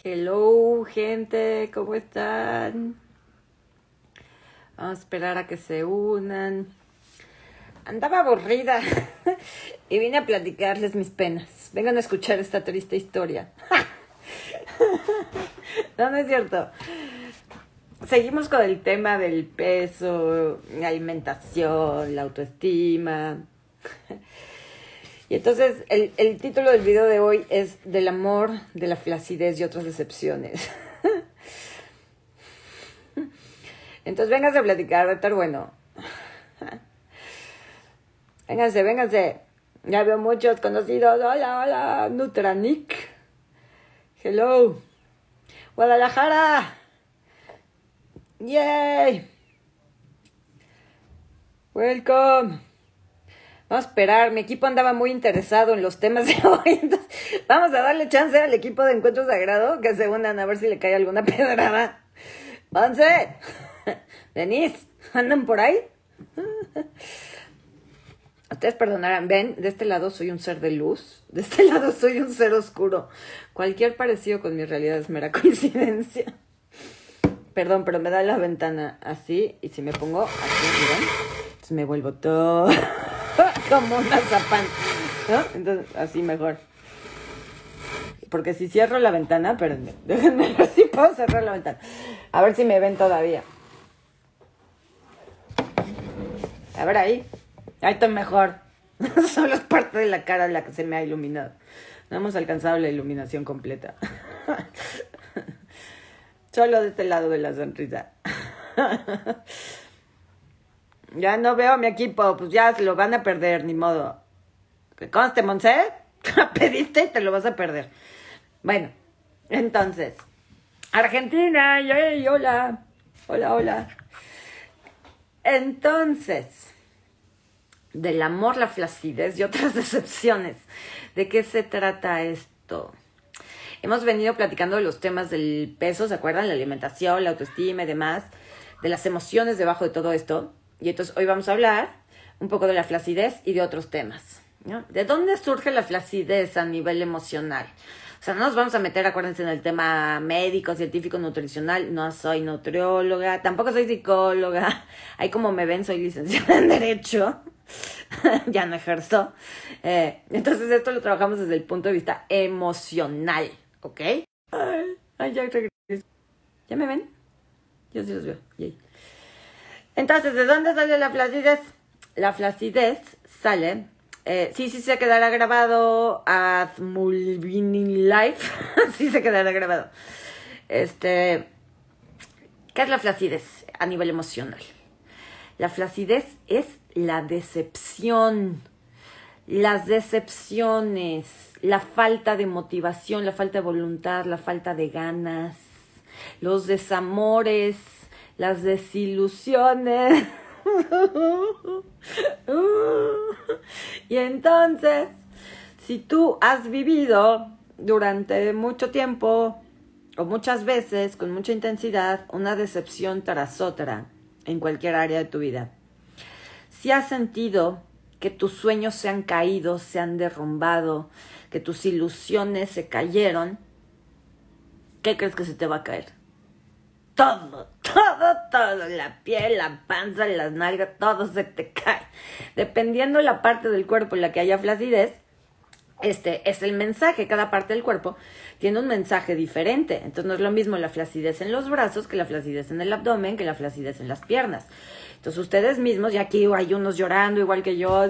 Hello, gente, ¿cómo están? Vamos a esperar a que se unan. Andaba aburrida y vine a platicarles mis penas. Vengan a escuchar esta triste historia. No es cierto. Seguimos con el tema del peso, la alimentación, la autoestima. Y entonces el título del video de hoy es Del amor, de la flacidez y otras decepciones. Entonces vénganse a platicar, va a estar bueno. Vénganse. Ya veo muchos conocidos. Hola, Nutranic. Hello. Guadalajara. Yay. Welcome. Vamos a esperar, mi equipo andaba muy interesado en los temas de hoy, entonces vamos a darle chance al equipo de Encuentro Sagrado que se unan a ver si le cae alguna pedrada. ¡Vanse! Denise, ¿andan por ahí? Ustedes perdonarán, ven, de este lado soy un ser de luz, de este lado soy un ser oscuro. Cualquier parecido con mi realidad es mera coincidencia. Perdón, pero me da la ventana así, y si me pongo así, miren, entonces me vuelvo todo como una zapán, ¿no? Entonces, así mejor. Porque si cierro la ventana, espérenme, déjenme ver si puedo cerrar la ventana. A ver si me ven todavía. A ver ahí estoy mejor. Solo es parte de la cara la que se me ha iluminado. No hemos alcanzado la iluminación completa. Solo de este lado de la sonrisa. Ya no veo a mi equipo, pues ya se lo van a perder, ni modo. Que conste, Monse, pediste y te lo vas a perder. Bueno, entonces, Argentina, yay, hola. Entonces, del amor, la flacidez y otras decepciones. ¿De qué se trata esto? Hemos venido platicando de los temas del peso, ¿se acuerdan? La alimentación, la autoestima y demás, de las emociones debajo de todo esto. Y entonces hoy vamos a hablar un poco de la flacidez y de otros temas, ¿no? ¿De dónde surge la flacidez a nivel emocional? O sea, no nos vamos a meter, acuérdense, en el tema médico, científico, nutricional. No soy nutrióloga, tampoco soy psicóloga. Ahí como me ven, soy licenciada en Derecho. Ya no ejerzo. Entonces esto lo trabajamos desde el punto de vista emocional, ¿ok? Ay, ya regresé. ¿Ya me ven? Yo sí los veo. Yay. Entonces, ¿de dónde sale la flacidez? La flacidez sale... sí se quedará grabado a Mulvini Life. Sí se quedará grabado. ¿Qué es la flacidez a nivel emocional? La flacidez es la decepción. Las decepciones, la falta de motivación, la falta de voluntad, la falta de ganas, los desamores, las desilusiones. Y entonces, si tú has vivido durante mucho tiempo o muchas veces con mucha intensidad una decepción tras otra en cualquier área de tu vida, si has sentido que tus sueños se han caído, se han derrumbado, que tus ilusiones se cayeron, ¿qué crees que se te va a caer? Todo, la piel, la panza, las nalgas, todo se te cae. Dependiendo la parte del cuerpo en la que haya flacidez, es el mensaje. Cada parte del cuerpo tiene un mensaje diferente. Entonces no es lo mismo la flacidez en los brazos que la flacidez en el abdomen, que la flacidez en las piernas. Entonces ustedes mismos, y aquí hay unos llorando igual que yo.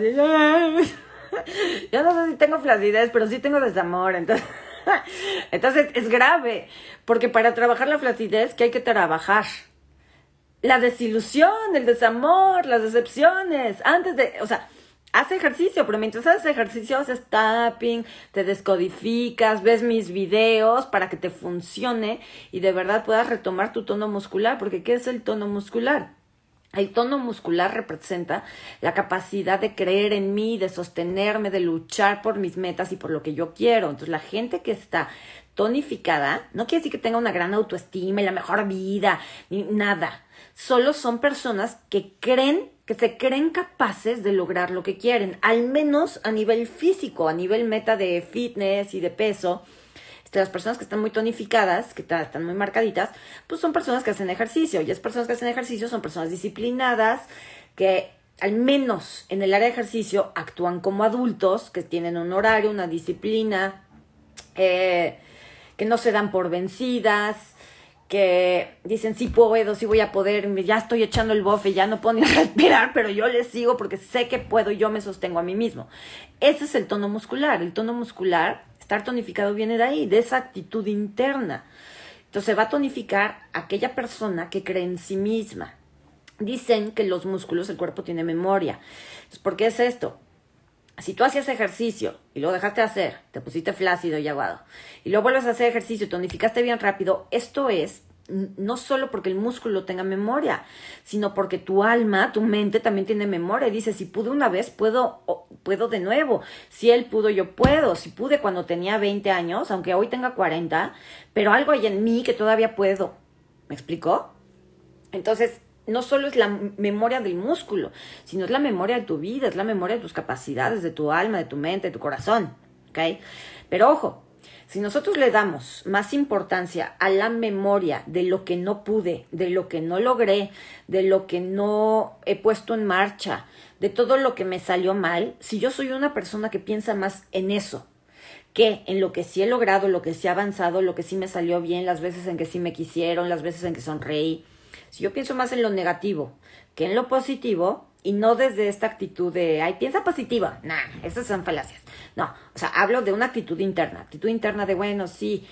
Yo no sé si tengo flacidez, pero sí tengo desamor, entonces es grave, porque para trabajar la flacidez, ¿qué hay que trabajar? La desilusión, el desamor, las decepciones. Haz ejercicio, pero mientras haces ejercicio, haces tapping, te descodificas, ves mis videos para que te funcione y de verdad puedas retomar tu tono muscular, porque ¿qué es el tono muscular? El tono muscular representa la capacidad de creer en mí, de sostenerme, de luchar por mis metas y por lo que yo quiero. Entonces, la gente que está tonificada no quiere decir que tenga una gran autoestima y la mejor vida, ni nada. Solo son personas que se creen capaces de lograr lo que quieren, al menos a nivel físico, a nivel meta de fitness y de peso. las personas que están muy tonificadas, que están muy marcaditas, pues son personas que hacen ejercicio. Y esas personas que hacen ejercicio son personas disciplinadas, que al menos en el área de ejercicio actúan como adultos, que tienen un horario, una disciplina, que no se dan por vencidas, que dicen sí puedo, sí voy a poder, ya estoy echando el bofe, ya no puedo ni respirar, pero yo le sigo porque sé que puedo y yo me sostengo a mí mismo. Ese es el tono muscular. El tono muscular, estar tonificado, viene de ahí, de esa actitud interna. Entonces va a tonificar aquella persona que cree en sí misma. Dicen que los músculos, el cuerpo tiene memoria. Entonces, ¿por qué es esto? Si tú hacías ejercicio y luego dejaste de hacer, te pusiste flácido y aguado, y luego vuelves a hacer ejercicio y tonificaste bien rápido, esto es no solo porque el músculo tenga memoria, sino porque tu alma, tu mente también tiene memoria. Y dice, si pude una vez, puedo de nuevo. Si él pudo, yo puedo. Si pude cuando tenía 20 años, aunque hoy tenga 40, pero algo hay en mí que todavía puedo. ¿Me explicó? Entonces, no solo es la memoria del músculo, sino es la memoria de tu vida, es la memoria de tus capacidades, de tu alma, de tu mente, de tu corazón, ¿ok? Pero ojo, si nosotros le damos más importancia a la memoria de lo que no pude, de lo que no logré, de lo que no he puesto en marcha, de todo lo que me salió mal, si yo soy una persona que piensa más en eso, que en lo que sí he logrado, lo que sí he avanzado, lo que sí me salió bien, las veces en que sí me quisieron, las veces en que sonreí, si yo pienso más en lo negativo que en lo positivo, y no desde esta actitud de, ay, piensa positiva. Nah, esas son falacias. No, o sea, hablo de una actitud interna de, bueno, sí,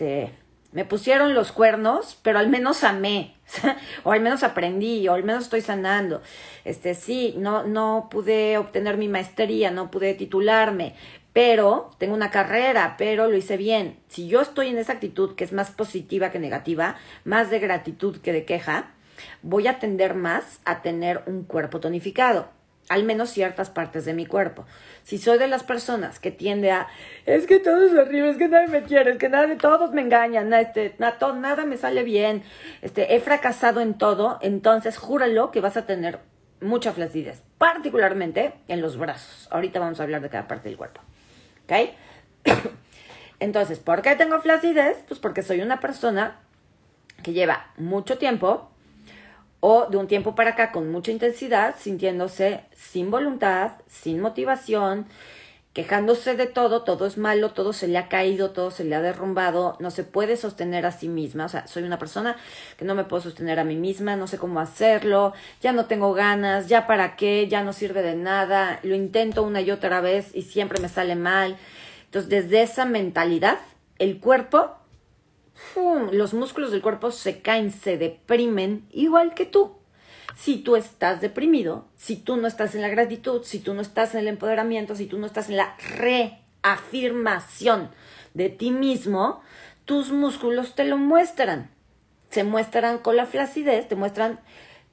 me pusieron los cuernos, pero al menos amé, o al menos aprendí, o al menos estoy sanando. Sí, no pude obtener mi maestría, no pude titularme, pero tengo una carrera, pero lo hice bien. Si yo estoy en esa actitud que es más positiva que negativa, más de gratitud que de queja, voy a tender más a tener un cuerpo tonificado, al menos ciertas partes de mi cuerpo. Si soy de las personas que tiende a, es que todo es horrible, es que nadie me quiere, es que todos me engañan, nada me sale bien, he fracasado en todo, entonces júralo que vas a tener mucha flacidez, particularmente en los brazos. Ahorita vamos a hablar de cada parte del cuerpo, ¿ok? Entonces, ¿por qué tengo flacidez? Pues porque soy una persona que lleva mucho tiempo, o de un tiempo para acá con mucha intensidad, sintiéndose sin voluntad, sin motivación, quejándose de todo, todo es malo, todo se le ha caído, todo se le ha derrumbado, no se puede sostener a sí misma. O sea, soy una persona que no me puedo sostener a mí misma, no sé cómo hacerlo, ya no tengo ganas, ya para qué, ya no sirve de nada, lo intento una y otra vez y siempre me sale mal. Entonces, desde esa mentalidad, el cuerpo, los músculos del cuerpo se caen, se deprimen, igual que tú. Si tú estás deprimido, si tú no estás en la gratitud, si tú no estás en el empoderamiento, si tú no estás en la reafirmación de ti mismo, tus músculos te lo muestran. Se muestran con la flacidez, te muestran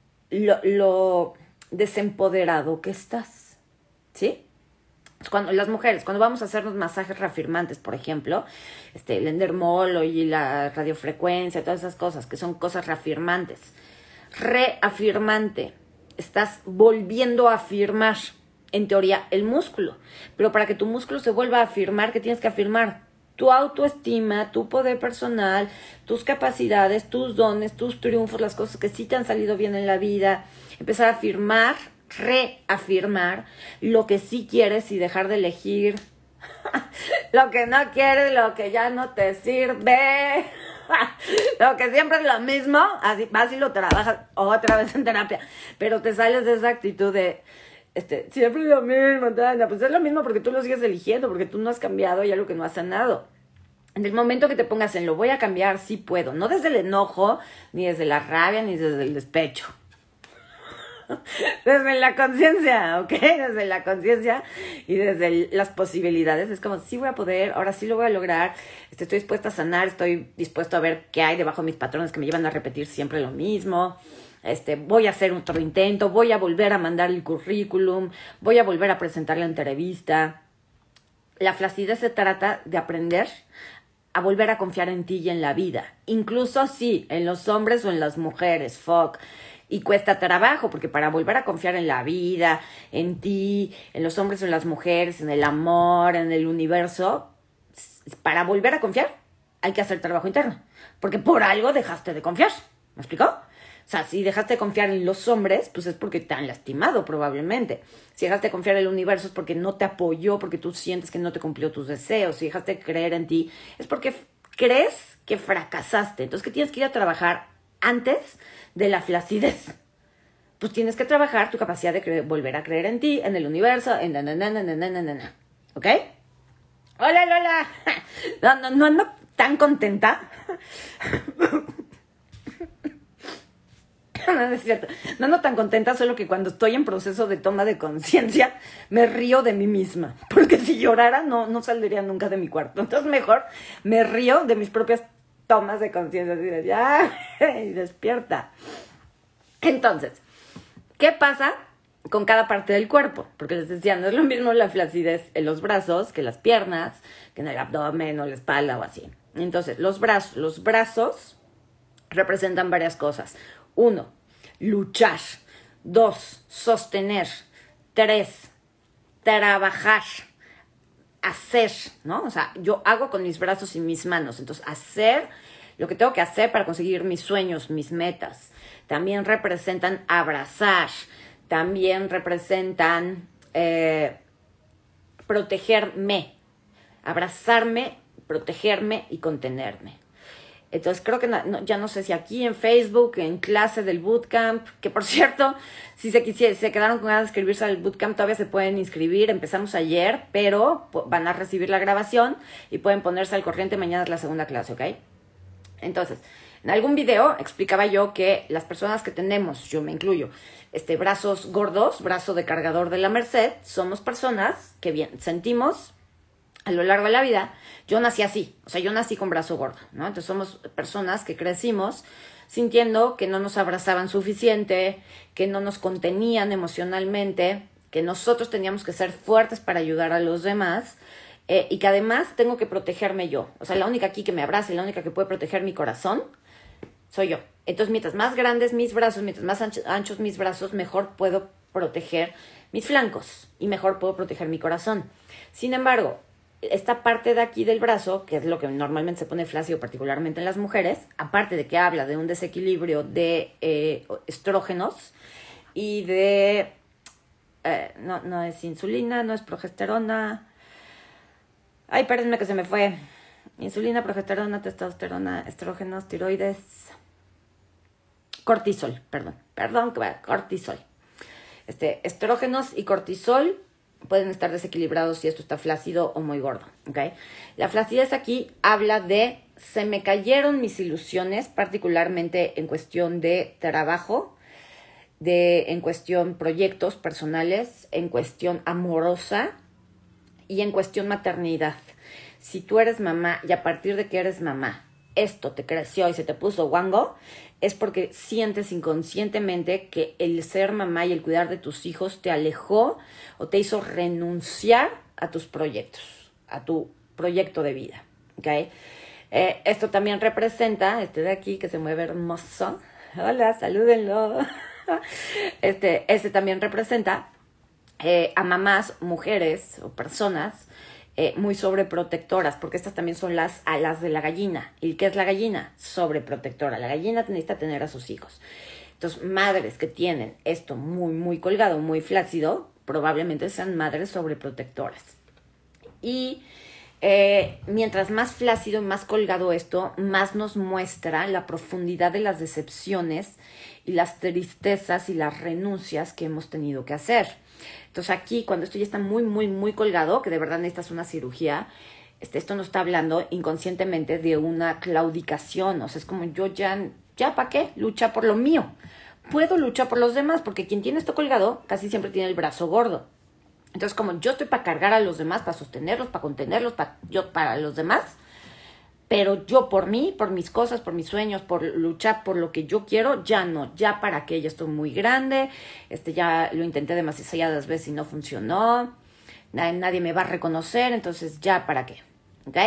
lo desempoderado que estás. ¿Sí? Cuando las mujeres, cuando vamos a hacernos masajes reafirmantes, por ejemplo, el endermolo y la radiofrecuencia, todas esas cosas que son cosas reafirmantes. Reafirmante, estás volviendo a afirmar, en teoría, el músculo. Pero para que tu músculo se vuelva a afirmar, ¿qué tienes que afirmar? Tu autoestima, tu poder personal, tus capacidades, tus dones, tus triunfos, las cosas que sí te han salido bien en la vida. Empezar a afirmar, reafirmar lo que sí quieres y dejar de elegir lo que no quieres, lo que ya no te sirve, lo que siempre es lo mismo, así vas y lo trabajas otra vez en terapia, pero te sales de esa actitud de siempre es lo mismo, pues es lo mismo porque tú lo sigues eligiendo, porque tú no has cambiado y algo que no has sanado. En el momento que te pongas en lo voy a cambiar, sí puedo, no desde el enojo, ni desde la rabia, ni desde el despecho. Desde la conciencia, ¿ok? Desde la conciencia y desde las posibilidades. Es como, sí voy a poder, ahora sí lo voy a lograr. Estoy dispuesta a sanar, estoy dispuesto a ver qué hay debajo de mis patrones que me llevan a repetir siempre lo mismo. Voy a hacer otro intento, voy a volver a mandar el currículum, voy a volver a presentar la entrevista. La flacidez se trata de aprender a volver a confiar en ti y en la vida. Incluso sí, en los hombres o en las mujeres, fuck. Y cuesta trabajo, porque para volver a confiar en la vida, en ti, en los hombres o en las mujeres, en el amor, en el universo, para volver a confiar, hay que hacer trabajo interno, porque por algo dejaste de confiar. ¿Me explicó? O sea, si dejaste de confiar en los hombres, pues es porque te han lastimado probablemente. Si dejaste de confiar en el universo es porque no te apoyó, porque tú sientes que no te cumplió tus deseos. Si dejaste de creer en ti, es porque crees que fracasaste. Entonces, que tienes que ir a trabajar antes de la flacidez. Pues tienes que trabajar tu capacidad de volver a creer en ti, en el universo, en ¿ok? Hola, Lola. No ando tan contenta. No es cierto. No ando tan contenta, solo que cuando estoy en proceso de toma de conciencia, me río de mí misma. Porque si llorara, no saldría nunca de mi cuarto. Entonces, mejor me río de mis propias tomas de conciencia. Así de, ya, y despierta. Entonces, ¿qué pasa con cada parte del cuerpo? Porque les decía, no es lo mismo la flacidez en los brazos que las piernas, que en el abdomen o la espalda o así. Entonces, los brazos representan varias cosas. 1, luchar. 2, sostener. 3, trabajar. Hacer, ¿no? O sea, yo hago con mis brazos y mis manos. Entonces, hacer lo que tengo que hacer para conseguir mis sueños, mis metas. También representan abrazar. También representan protegerme. Abrazarme, protegerme y contenerme. Entonces creo que ya no sé si aquí en Facebook, en clase del bootcamp, que por cierto, si se quedaron con ganas de inscribirse al bootcamp, todavía se pueden inscribir. Empezamos ayer, pero van a recibir la grabación y pueden ponerse al corriente. Mañana es la segunda clase, ¿ok? Entonces, en algún video explicaba yo que las personas que tenemos, yo me incluyo, brazos gordos, brazo de cargador de la Merced, somos personas que bien sentimos a lo largo de la vida. Yo nací así, o sea, yo nací con brazo gordo, ¿no? Entonces somos personas que crecimos sintiendo que no nos abrazaban suficiente, que no nos contenían emocionalmente, que nosotros teníamos que ser fuertes para ayudar a los demás, y que además tengo que protegerme yo. O sea, la única aquí que me abraza y la única que puede proteger mi corazón soy yo. Entonces, mientras más grandes mis brazos, mientras más anchos mis brazos, mejor puedo proteger mis flancos y mejor puedo proteger mi corazón. Sin embargo, esta parte de aquí del brazo, que es lo que normalmente se pone flácido, particularmente en las mujeres, aparte de que habla de un desequilibrio de estrógenos y de... no es insulina, no es progesterona. Ay, espérenme que se me fue. Insulina, progesterona, testosterona, estrógenos, tiroides... Cortisol, cortisol. Estrógenos y cortisol pueden estar desequilibrados si esto está flácido o muy gordo, ¿ok? La flacidez aquí habla de se me cayeron mis ilusiones, particularmente en cuestión de trabajo, en cuestión proyectos personales, en cuestión amorosa y en cuestión maternidad. Si tú eres mamá y a partir de que eres mamá, esto te creció y se te puso guango, es porque sientes inconscientemente que el ser mamá y el cuidar de tus hijos te alejó o te hizo renunciar a tus proyectos, a tu proyecto de vida, ¿ok? Esto también representa, de aquí que se mueve hermoso, hola, salúdenlo, también representa a mamás, mujeres o personas muy sobreprotectoras, porque estas también son las alas de la gallina. ¿Y qué es la gallina? Sobreprotectora. La gallina necesita tener a sus hijos. Entonces, madres que tienen esto muy, muy colgado, muy flácido, probablemente sean madres sobreprotectoras. Y mientras más flácido y más colgado esto, más nos muestra la profundidad de las decepciones y las tristezas y las renuncias que hemos tenido que hacer. Entonces aquí, cuando esto ya está muy, muy, muy colgado, que de verdad necesitas una cirugía, esto nos está hablando inconscientemente de una claudicación. O sea, es como yo ya ¿para qué? Lucha por lo mío. Puedo luchar por los demás, porque quien tiene esto colgado casi siempre tiene el brazo gordo. Entonces, como yo estoy para cargar a los demás, para sostenerlos, para contenerlos, para los demás, pero yo por mí, por mis cosas, por mis sueños, por luchar por lo que yo quiero, ya no, ya para qué, ya estoy muy grande, ya lo intenté demasiadas veces y no funcionó, nadie me va a reconocer, entonces ya para qué, ¿ok?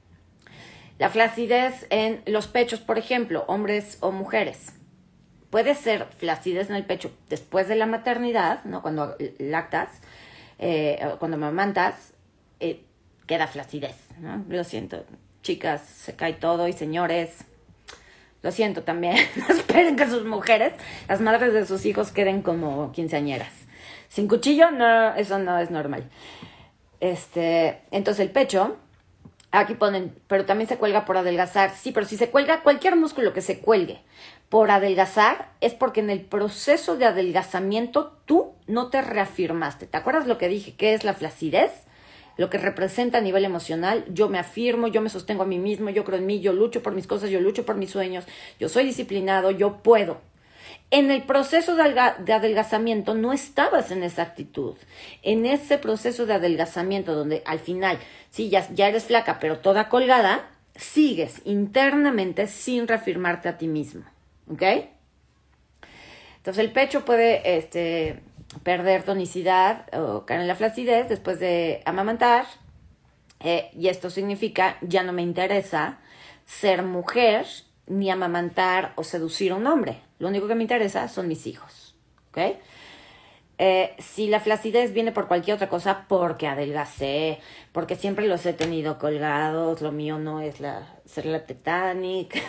La flacidez en los pechos, por ejemplo, hombres o mujeres. Puede ser flacidez en el pecho después de la maternidad, ¿no? Cuando lactas, cuando amamantas, queda flacidez, ¿no? Lo siento, chicas, se cae todo y señores, lo siento también, no esperen que sus mujeres, las madres de sus hijos queden como quinceañeras. Sin cuchillo, no, eso no es normal. Entonces el pecho, aquí ponen, pero también se cuelga por adelgazar. Sí, pero si se cuelga, cualquier músculo que se cuelgue por adelgazar, es porque en el proceso de adelgazamiento tú no te reafirmaste. ¿Te acuerdas lo que dije? ¿Qué es la flacidez? Lo que representa a nivel emocional. Yo me afirmo, yo me sostengo a mí mismo, yo creo en mí, yo lucho por mis cosas, yo lucho por mis sueños, yo soy disciplinado, yo puedo. En el proceso de adelgazamiento no estabas en esa actitud. En ese proceso de adelgazamiento donde al final, sí, ya eres flaca, pero toda colgada, sigues internamente sin reafirmarte a ti mismo. ¿Ok? Entonces el pecho puede perder tonicidad o caer en la flacidez después de amamantar. Y esto significa, ya no me interesa ser mujer, ni amamantar o seducir a un hombre. Lo único que me interesa son mis hijos. ¿Ok? Si la flacidez viene por cualquier otra cosa, porque adelgacé, porque siempre los he tenido colgados, lo mío no es ser la Titanic.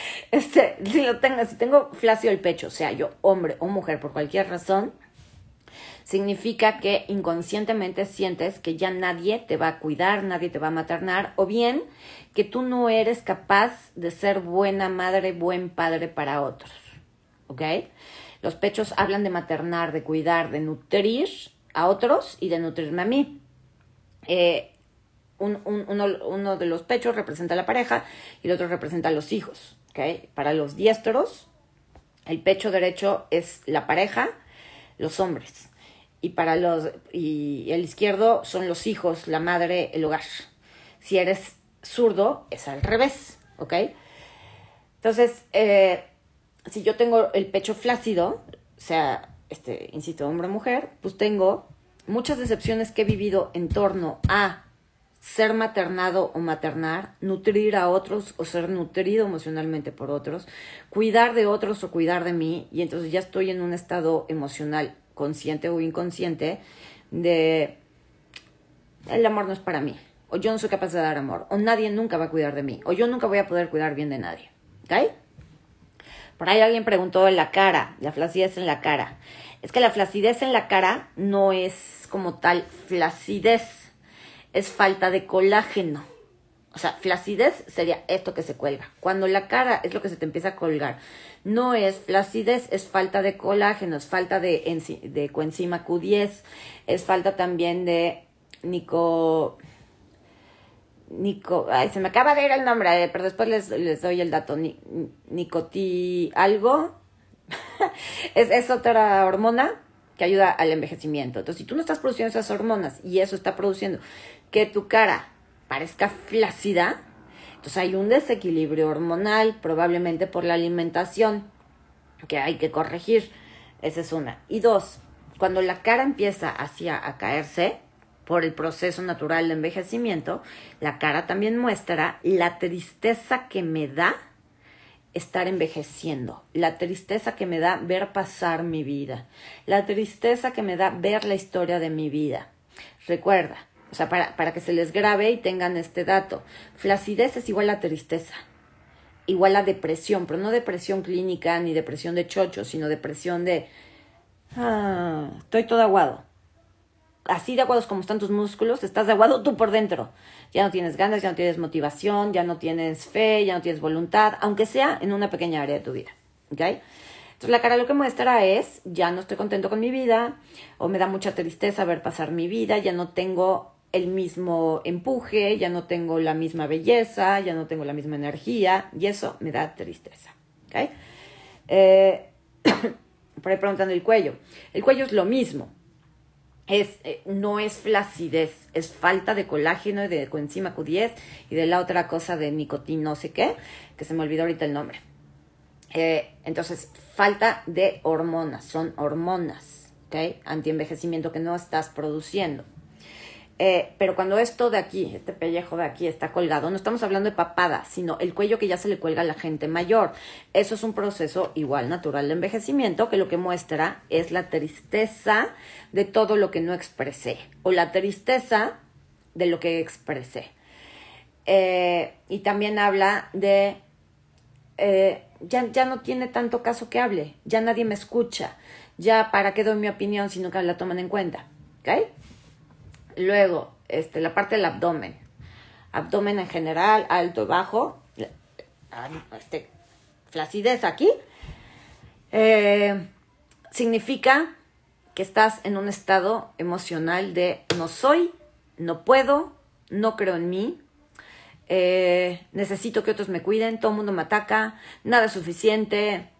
Si tengo flácido el pecho, sea yo hombre o mujer por cualquier razón, significa que inconscientemente sientes que ya nadie te va a cuidar, nadie te va a maternar, o bien que tú no eres capaz de ser buena madre, buen padre para otros. ¿Ok? Los pechos hablan de maternar, de cuidar, de nutrir a otros y de nutrirme a mí. Uno de los pechos representa a la pareja y el otro representa a los hijos. ¿Okay? Para los diestros, el pecho derecho es la pareja, los hombres. Y el izquierdo son los hijos, la madre, el hogar. Si eres zurdo, es al revés. ¿Ok? Entonces, si yo tengo el pecho flácido, sea, insisto, hombre o mujer, pues tengo muchas decepciones que he vivido en torno a ser maternado o maternar, nutrir a otros o ser nutrido emocionalmente por otros, cuidar de otros o cuidar de mí, y entonces ya estoy en un estado emocional consciente o inconsciente de el amor no es para mí, o yo no soy capaz de dar amor, o nadie nunca va a cuidar de mí, o yo nunca voy a poder cuidar bien de nadie. ¿Ok? Por ahí alguien preguntó en la cara, la flacidez en la cara. Es que la flacidez en la cara no es como tal flacidez, es falta de colágeno. O sea, flacidez sería esto que se cuelga. Cuando la cara es lo que se te empieza a colgar, no es flacidez, es falta de colágeno, es falta de coenzima Q10, es falta también de se me acaba de ir el nombre, pero después les doy el dato. Algo. es otra hormona que ayuda al envejecimiento. Entonces, si tú no estás produciendo esas hormonas y eso está produciendo que tu cara parezca flácida, entonces hay un desequilibrio hormonal, probablemente por la alimentación, que hay que corregir. Esa es una. Y dos, cuando la cara empieza a caerse, por el proceso natural de envejecimiento, la cara también muestra la tristeza que me da estar envejeciendo, la tristeza que me da ver pasar mi vida, la tristeza que me da ver la historia de mi vida. Recuerda, o sea, para que se les grabe y tengan este dato, flacidez es igual a tristeza, igual a depresión, pero no depresión clínica ni depresión de chocho, sino depresión de, estoy todo aguado. Así de aguados como están tus músculos, estás de aguado tú por dentro. Ya no tienes ganas, ya no tienes motivación, ya no tienes fe, ya no tienes voluntad, aunque sea en una pequeña área de tu vida. ¿Ok? Entonces la cara lo que muestra es, ya no estoy contento con mi vida, o me da mucha tristeza ver pasar mi vida, ya no tengo el mismo empuje, ya no tengo la misma belleza, ya no tengo la misma energía, y eso me da tristeza. ¿Ok? Por ahí preguntando el cuello. El cuello es lo mismo. No es flacidez, es falta de colágeno y de coenzima Q10 y de la otra cosa de nicotina, no sé qué, que se me olvidó ahorita el nombre. Entonces, falta de hormonas, son hormonas, ¿ok? Antienvejecimiento que no estás produciendo. Pero cuando esto de aquí, este pellejo de aquí está colgado, no estamos hablando de papada, sino el cuello que ya se le cuelga a la gente mayor. Eso es un proceso igual natural de envejecimiento que lo que muestra es la tristeza de todo lo que no expresé o la tristeza de lo que expresé. Y también habla de, ya no tiene tanto caso que hable, ya nadie me escucha, ya para qué doy mi opinión si nunca la toman en cuenta, ¿ok? Luego, la parte del abdomen. Abdomen en general, alto y bajo. Flacidez aquí. Significa que estás en un estado emocional de no soy, no puedo, no creo en mí, necesito que otros me cuiden, todo el mundo me ataca, nada es suficiente,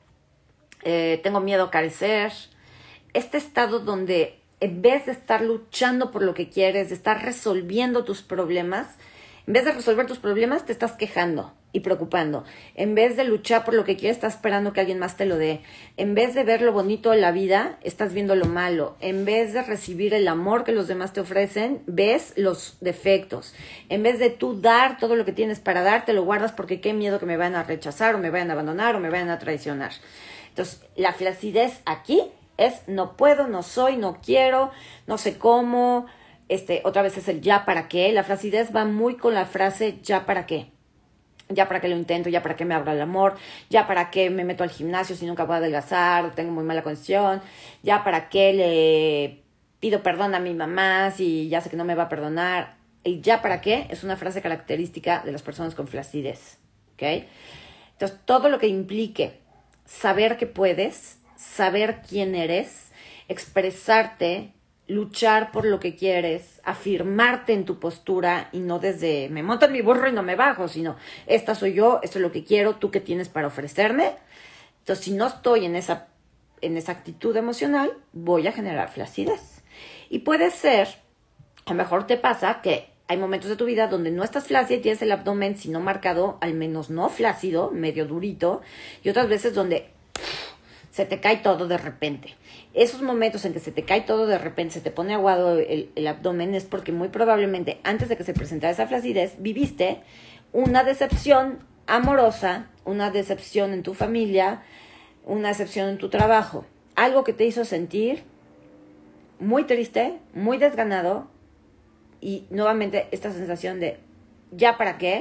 tengo miedo a carecer. Este estado donde en vez de estar luchando por lo que quieres, de estar resolviendo tus problemas, en vez de resolver tus problemas te estás quejando y preocupando. En vez de luchar por lo que quieres, estás esperando que alguien más te lo dé. En vez de ver lo bonito de la vida, estás viendo lo malo. En vez de recibir el amor que los demás te ofrecen, ves los defectos. En vez de tú dar todo lo que tienes para dar, te lo guardas porque qué miedo que me vayan a rechazar o me vayan a abandonar o me vayan a traicionar. Entonces, la flacidez aquí es no puedo, no soy, no quiero, no sé cómo. Otra vez es el ya para qué. La flacidez va muy con la frase ya para qué. Ya para qué lo intento, ya para qué me abro al amor, ya para qué me meto al gimnasio si nunca voy a adelgazar, tengo muy mala condición, ya para qué le pido perdón a mi mamá si ya sé que no me va a perdonar. El ya para qué es una frase característica de las personas con flacidez, ¿ok? Entonces, todo lo que implique saber que puedes, saber quién eres, expresarte, luchar por lo que quieres, afirmarte en tu postura y no desde me monto en mi burro y no me bajo, sino esta soy yo, esto es lo que quiero, tú qué tienes para ofrecerme. Entonces, si no estoy en esa actitud emocional, voy a generar flacidez. Y puede ser, a lo mejor te pasa que hay momentos de tu vida donde no estás flácida y tienes el abdomen, si no marcado, al menos no flácido, medio durito, y otras veces donde se te cae todo de repente. Esos momentos en que se te cae todo de repente, se te pone aguado el abdomen, es porque muy probablemente antes de que se presentara esa flacidez, viviste una decepción amorosa, una decepción en tu familia, una decepción en tu trabajo. Algo que te hizo sentir muy triste, muy desganado, y nuevamente esta sensación de ¿ya para qué?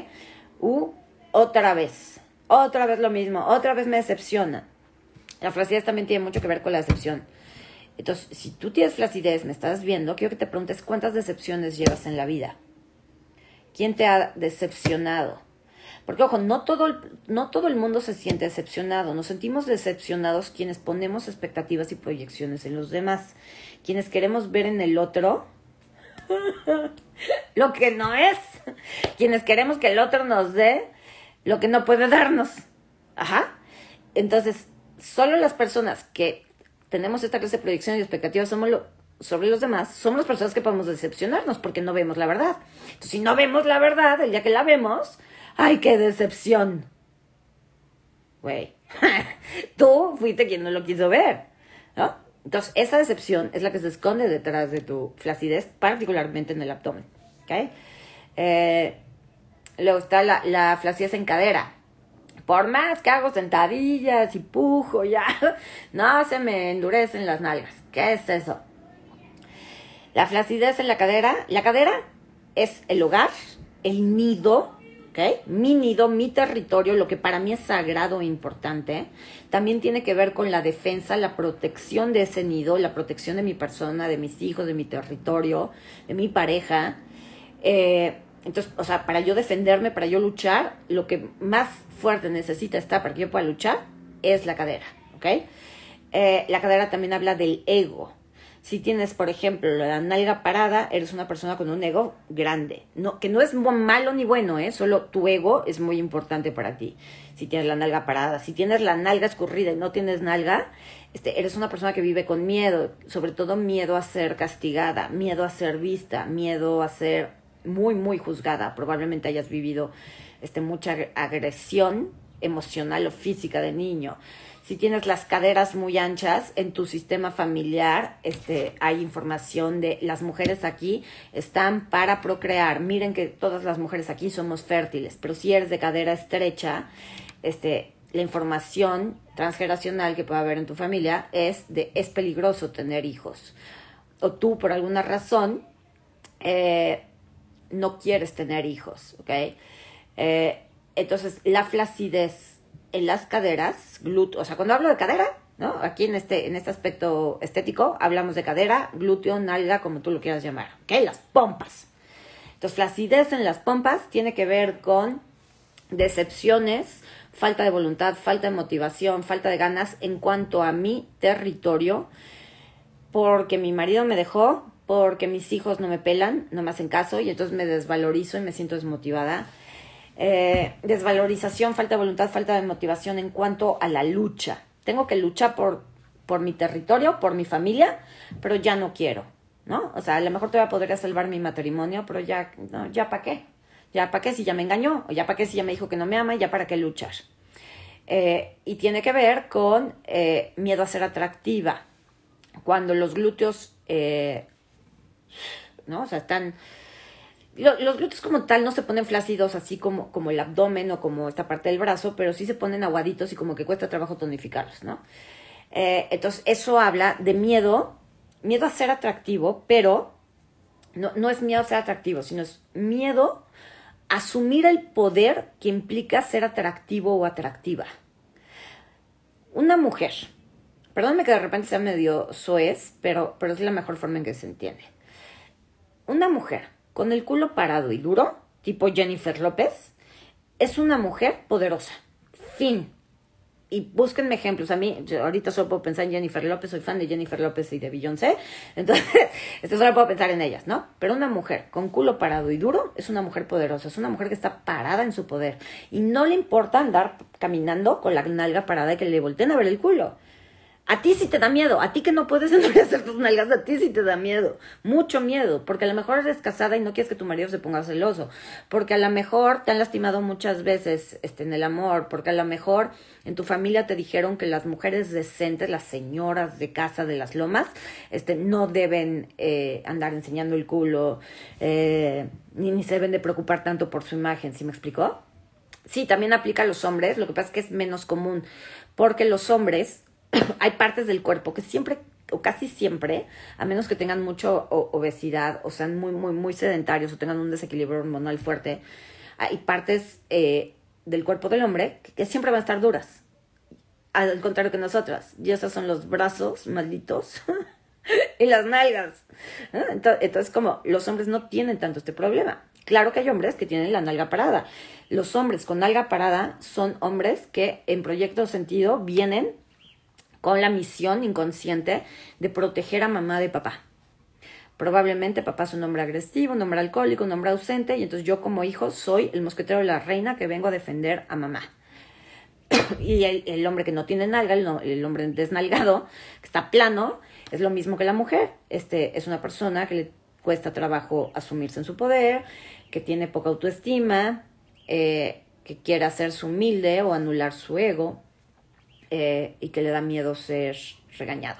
Otra vez lo mismo, otra vez me decepciona. La flacidez también tiene mucho que ver con la decepción. Entonces, si tú tienes flacidez, me estás viendo, quiero que te preguntes cuántas decepciones llevas en la vida. ¿Quién te ha decepcionado? Porque, ojo, no todo el mundo se siente decepcionado. Nos sentimos decepcionados quienes ponemos expectativas y proyecciones en los demás. Quienes queremos ver en el otro lo que no es. Quienes queremos que el otro nos dé lo que no puede darnos. Ajá. Entonces, solo las personas que tenemos esta clase de proyección y expectativas sobre los demás, somos las personas que podemos decepcionarnos porque no vemos la verdad. Entonces, si no vemos la verdad, el día que la vemos, ¡ay, qué decepción! Güey, tú fuiste quien no lo quiso ver, ¿no? Entonces, esa decepción es la que se esconde detrás de tu flacidez, particularmente en el abdomen, ¿ok? Luego está la flacidez en cadera. Por más que hago sentadillas y pujo, ya, no se me endurecen las nalgas. ¿Qué es eso? La flacidez en la cadera es el hogar, el nido, ¿ok? Mi nido, mi territorio, lo que para mí es sagrado e importante. También tiene que ver con la defensa, la protección de ese nido, la protección de mi persona, de mis hijos, de mi territorio, de mi pareja. Entonces, o sea, para yo defenderme, para yo luchar, lo que más fuerte necesita estar para que yo pueda luchar es la cadera, ¿ok? La cadera también habla del ego. Si tienes, por ejemplo, la nalga parada, eres una persona con un ego grande. No, que no es malo ni bueno, solo tu ego es muy importante para ti. Si tienes la nalga parada, si tienes la nalga escurrida y no tienes nalga, eres una persona que vive con miedo, sobre todo miedo a ser castigada, miedo a ser vista, miedo a ser muy, muy juzgada. Probablemente hayas vivido mucha agresión emocional o física de niño. Si tienes las caderas muy anchas, en tu sistema familiar hay información de las mujeres aquí están para procrear. Miren que todas las mujeres aquí somos fértiles, pero si eres de cadera estrecha, la información transgeneracional que puede haber en tu familia es peligroso tener hijos. O tú, por alguna razón, no quieres tener hijos, ¿ok? Entonces, la flacidez en las caderas, glúteo, o sea, cuando hablo de cadera, ¿no? Aquí en este aspecto estético hablamos de cadera, glúteo, nalga, como tú lo quieras llamar, ¿ok? Las pompas. Entonces, flacidez en las pompas tiene que ver con decepciones, falta de voluntad, falta de motivación, falta de ganas en cuanto a mi territorio, porque mi marido me dejó, porque mis hijos no me pelan, no me hacen caso, y entonces me desvalorizo y me siento desmotivada. Desvalorización, falta de voluntad, falta de motivación en cuanto a la lucha. Tengo que luchar por mi territorio, por mi familia, pero ya no quiero, ¿no? O sea, a lo mejor todavía podría salvar mi matrimonio, pero ya, no, ¿ya para qué? ¿Ya para qué si ya me engañó? ¿O ya para qué si ya me dijo que no me ama? ¿Ya para qué luchar? Y tiene que ver con miedo a ser atractiva. Cuando los glúteos, ¿no? O sea, están... Los glúteos como tal no se ponen flácidos así como el abdomen o como esta parte del brazo, pero sí se ponen aguaditos y como que cuesta trabajo tonificarlos, ¿no? Entonces, eso habla de miedo a ser atractivo, pero no es miedo a ser atractivo, sino es miedo a asumir el poder que implica ser atractivo o atractiva. Una mujer, perdóname que de repente sea medio soez, pero es la mejor forma en que se entiende. Una mujer con el culo parado y duro, tipo Jennifer López, es una mujer poderosa. Fin. Y búsquenme ejemplos. A mí, yo ahorita solo puedo pensar en Jennifer López, soy fan de Jennifer López y de Beyoncé. Entonces, solo puedo pensar en ellas, ¿no? Pero una mujer con culo parado y duro es una mujer poderosa, es una mujer que está parada en su poder. Y no le importa andar caminando con la nalga parada y que le volteen a ver el culo. A ti sí te da miedo, a ti que no puedes endurecer tus nalgas, a ti sí te da miedo, mucho miedo, porque a lo mejor eres casada y no quieres que tu marido se ponga celoso, porque a lo mejor te han lastimado muchas veces en el amor, porque a lo mejor en tu familia te dijeron que las mujeres decentes, las señoras de casa de las lomas, no deben andar enseñando el culo, ni se deben de preocupar tanto por su imagen, ¿sí me explicó? Sí, también aplica a los hombres, lo que pasa es que es menos común, porque los hombres... hay partes del cuerpo que siempre o casi siempre, a menos que tengan mucha obesidad o sean muy, muy, muy sedentarios o tengan un desequilibrio hormonal fuerte, hay partes del cuerpo del hombre que siempre van a estar duras. Al contrario que nosotras. Y esos son los brazos malditos y las nalgas. Entonces, como los hombres no tienen tanto este problema. Claro que hay hombres que tienen la nalga parada. Los hombres con nalga parada son hombres que en proyecto sentido vienen con la misión inconsciente de proteger a mamá de papá. Probablemente papá es un hombre agresivo, un hombre alcohólico, un hombre ausente, y entonces yo como hijo soy el mosquetero de la reina que vengo a defender a mamá. Y el hombre que no tiene nalga, el hombre desnalgado, que está plano, es lo mismo que la mujer. Es una persona que le cuesta trabajo asumirse en su poder, que tiene poca autoestima, que quiere hacerse humilde o anular su ego, y que le da miedo ser regañado.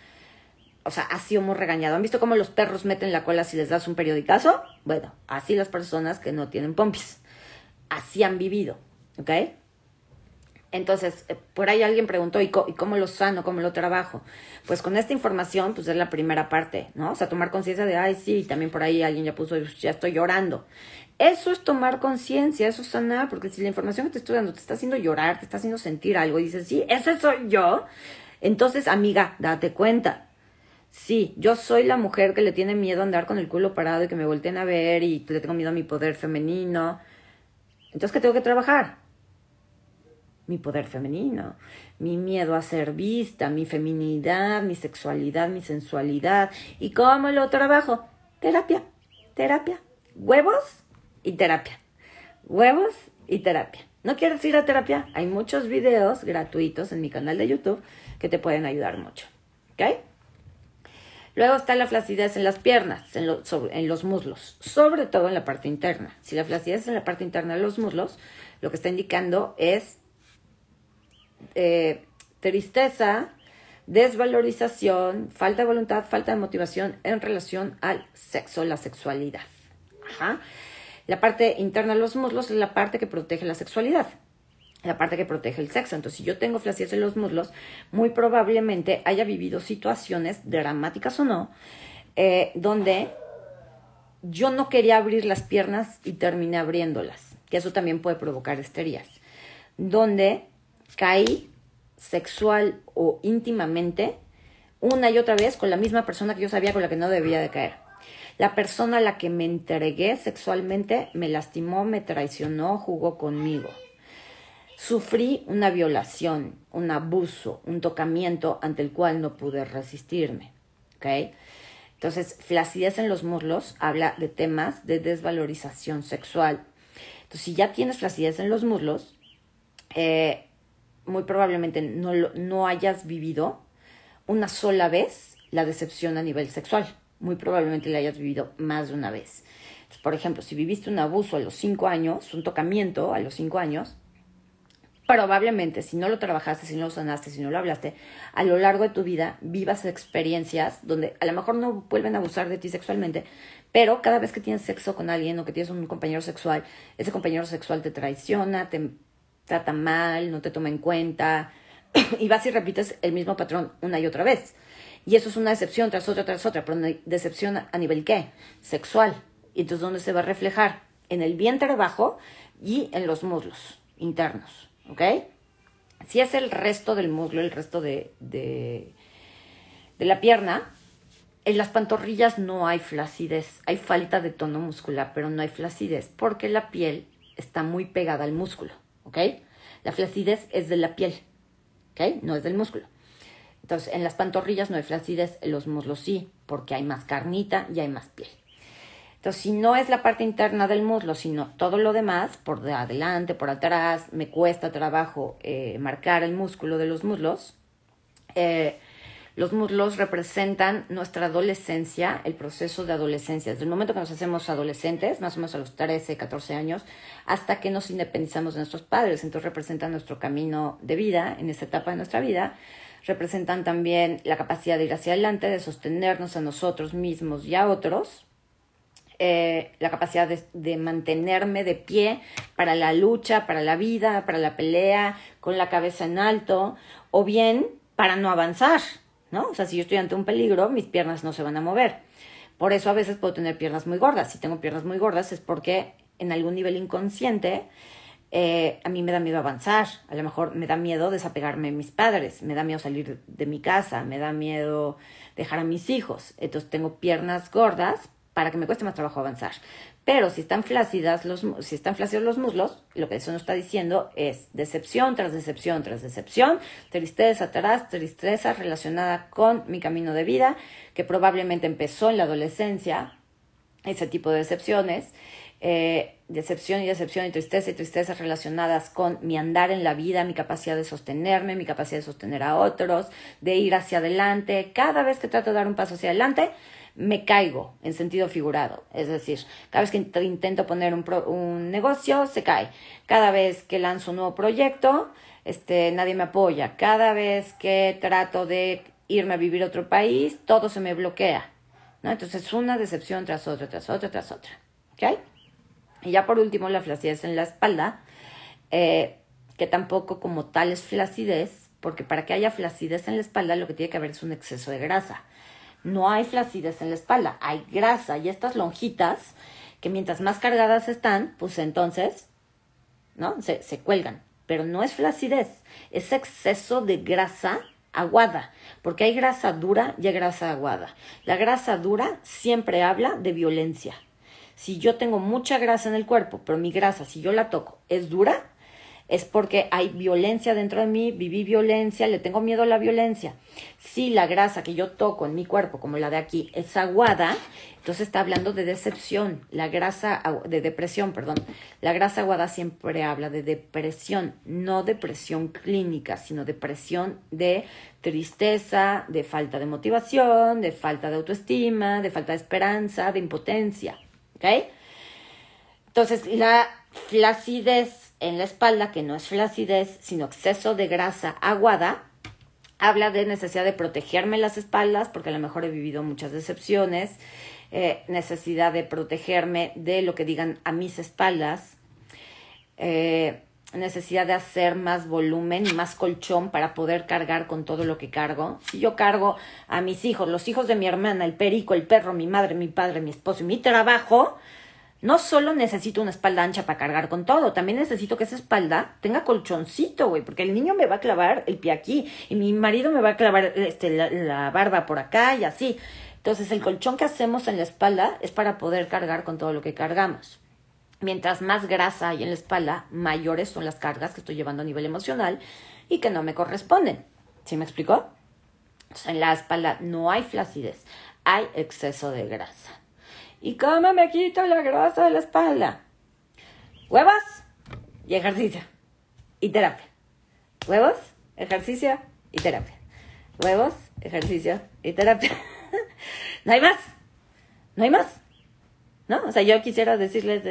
O sea, así hemos regañado. ¿Han visto cómo los perros meten la cola si les das un periodicazo? Bueno, así las personas que no tienen pompis. Así han vivido, ¿ok? Entonces, por ahí alguien preguntó, ¿y cómo lo sano? ¿Cómo lo trabajo? Pues con esta información, pues es la primera parte, ¿no? O sea, tomar conciencia de, ay, sí, también por ahí alguien ya puso, ya estoy llorando. Eso es tomar conciencia, eso es sanar, porque si la información que te estoy dando te está haciendo llorar, te está haciendo sentir algo, y dices, sí, ese soy yo, entonces, amiga, date cuenta. Sí, yo soy la mujer que le tiene miedo a andar con el culo parado y que me volteen a ver y le tengo miedo a mi poder femenino. Entonces, ¿qué tengo que trabajar? Mi poder femenino, mi miedo a ser vista, mi feminidad, mi sexualidad, mi sensualidad. ¿Y cómo lo trabajo? Terapia, huevos y terapia. Huevos y terapia. ¿No quieres ir a terapia? Hay muchos videos gratuitos en mi canal de YouTube que te pueden ayudar mucho. ¿Ok? Luego está la flacidez en las piernas, en los muslos, sobre todo en la parte interna. Si la flacidez es en la parte interna de los muslos, lo que está indicando es tristeza, desvalorización, falta de voluntad, falta de motivación en relación al sexo, la sexualidad. Ajá. La parte interna de los muslos es la parte que protege la sexualidad, la parte que protege el sexo. Entonces, si yo tengo flacidez en los muslos, muy probablemente haya vivido situaciones dramáticas o no, donde yo no quería abrir las piernas y terminé abriéndolas, que eso también puede provocar esterías, donde caí sexual o íntimamente una y otra vez con la misma persona que yo sabía con la que no debía de caer. La persona a la que me entregué sexualmente me lastimó, me traicionó, jugó conmigo. Sufrí una violación, un abuso, un tocamiento ante el cual no pude resistirme. ¿Ok? Entonces, flacidez en los muslos habla de temas de desvalorización sexual. Entonces, si ya tienes flacidez en los muslos, muy probablemente no hayas vivido una sola vez la decepción a nivel sexual. Muy probablemente la hayas vivido más de una vez. Entonces, por ejemplo, si viviste un abuso a los 5 años, un tocamiento a los 5 años, probablemente, si no lo trabajaste, si no lo sanaste, si no lo hablaste, a lo largo de tu vida vivas experiencias donde a lo mejor no vuelven a abusar de ti sexualmente, pero cada vez que tienes sexo con alguien o que tienes un compañero sexual, ese compañero sexual te traiciona, te trata mal, no te toma en cuenta, y vas y repites el mismo patrón una y otra vez. Y eso es una decepción tras otra, pero una decepción a nivel ¿qué? Sexual. Y entonces, ¿dónde se va a reflejar? En el vientre bajo y en los muslos internos. ¿Ok? Si es el resto del muslo, el resto de la pierna, en las pantorrillas no hay flacidez. Hay falta de tono muscular, pero no hay flacidez porque la piel está muy pegada al músculo. ¿Ok? La flacidez es de la piel. ¿Ok? No es del músculo. Entonces, en las pantorrillas no hay flacidez, en los muslos sí, porque hay más carnita y hay más piel. Entonces, si no es la parte interna del muslo, sino todo lo demás, por de adelante, por atrás, me cuesta trabajo marcar el músculo de los muslos. Los muslos representan nuestra adolescencia, el proceso de adolescencia. Desde el momento que nos hacemos adolescentes, más o menos a los 13, 14 años, hasta que nos independizamos de nuestros padres. Entonces, representan nuestro camino de vida, en esta etapa de nuestra vida. Representan también la capacidad de ir hacia adelante, de sostenernos a nosotros mismos y a otros. La capacidad de mantenerme de pie para la lucha, para la vida, para la pelea, con la cabeza en alto, o bien para no avanzar, ¿no? O sea, si yo estoy ante un peligro, mis piernas no se van a mover. Por eso a veces puedo tener piernas muy gordas. Si tengo piernas muy gordas es porque en algún nivel inconsciente a mí me da miedo avanzar. A lo mejor me da miedo desapegarme de mis padres, me da miedo salir de mi casa, me da miedo dejar a mis hijos. Entonces tengo piernas gordas para que me cueste más trabajo avanzar. Pero si están flácidos los muslos, lo que eso nos está diciendo es decepción tras decepción tras decepción, tristeza tras tristeza relacionada con mi camino de vida, que probablemente empezó en la adolescencia, ese tipo de decepciones, decepción y tristeza relacionadas con mi andar en la vida, mi capacidad de sostenerme, mi capacidad de sostener a otros, de ir hacia adelante. Cada vez que trato de dar un paso hacia adelante, me caigo en sentido figurado. Es decir, cada vez que intento poner un negocio, se cae. Cada vez que lanzo un nuevo proyecto, nadie me apoya. Cada vez que trato de irme a vivir a otro país, todo se me bloquea, ¿no? Entonces, una decepción tras otra. ¿Ok? Y ya por último, la flacidez en la espalda, que tampoco como tal es flacidez, porque para que haya flacidez en la espalda, lo que tiene que haber es un exceso de grasa. No hay flacidez en la espalda, hay grasa, y estas lonjitas, que mientras más cargadas están, pues entonces, ¿no? Se cuelgan. Pero no es flacidez, es exceso de grasa aguada, porque hay grasa dura y hay grasa aguada. La grasa dura siempre habla de violencia. Si yo tengo mucha grasa en el cuerpo, pero mi grasa, si yo la toco, es dura, es porque hay violencia dentro de mí, viví violencia, le tengo miedo a la violencia. Si la grasa que yo toco en mi cuerpo, como la de aquí, es aguada, entonces está hablando de decepción, de depresión, perdón. La grasa aguada siempre habla de depresión, no depresión clínica, sino depresión de tristeza, de falta de motivación, de falta de autoestima, de falta de esperanza, de impotencia, ¿ok? Entonces, la flacidez en la espalda, que no es flacidez, sino exceso de grasa aguada, habla de necesidad de protegerme las espaldas, porque a lo mejor he vivido muchas decepciones, necesidad de protegerme de lo que digan a mis espaldas, necesidad de hacer más volumen y más colchón para poder cargar con todo lo que cargo. Si yo cargo a mis hijos, los hijos de mi hermana, el perico, el perro, mi madre, mi padre, mi esposo y mi trabajo, no solo necesito una espalda ancha para cargar con todo, también necesito que esa espalda tenga colchoncito, güey, porque el niño me va a clavar el pie aquí y mi marido me va a clavar la barba por acá y así. Entonces el colchón que hacemos en la espalda es para poder cargar con todo lo que cargamos. Mientras más grasa hay en la espalda, mayores son las cargas que estoy llevando a nivel emocional y que no me corresponden. ¿Sí me explicó? O sea, en la espalda no hay flacidez, hay exceso de grasa. ¿Y cómo me quito la grasa de la espalda? Huevos y ejercicio y terapia. Huevos, ejercicio y terapia. Huevos, ejercicio y terapia. No hay más. No hay más. ¿No? O sea, yo quisiera decirles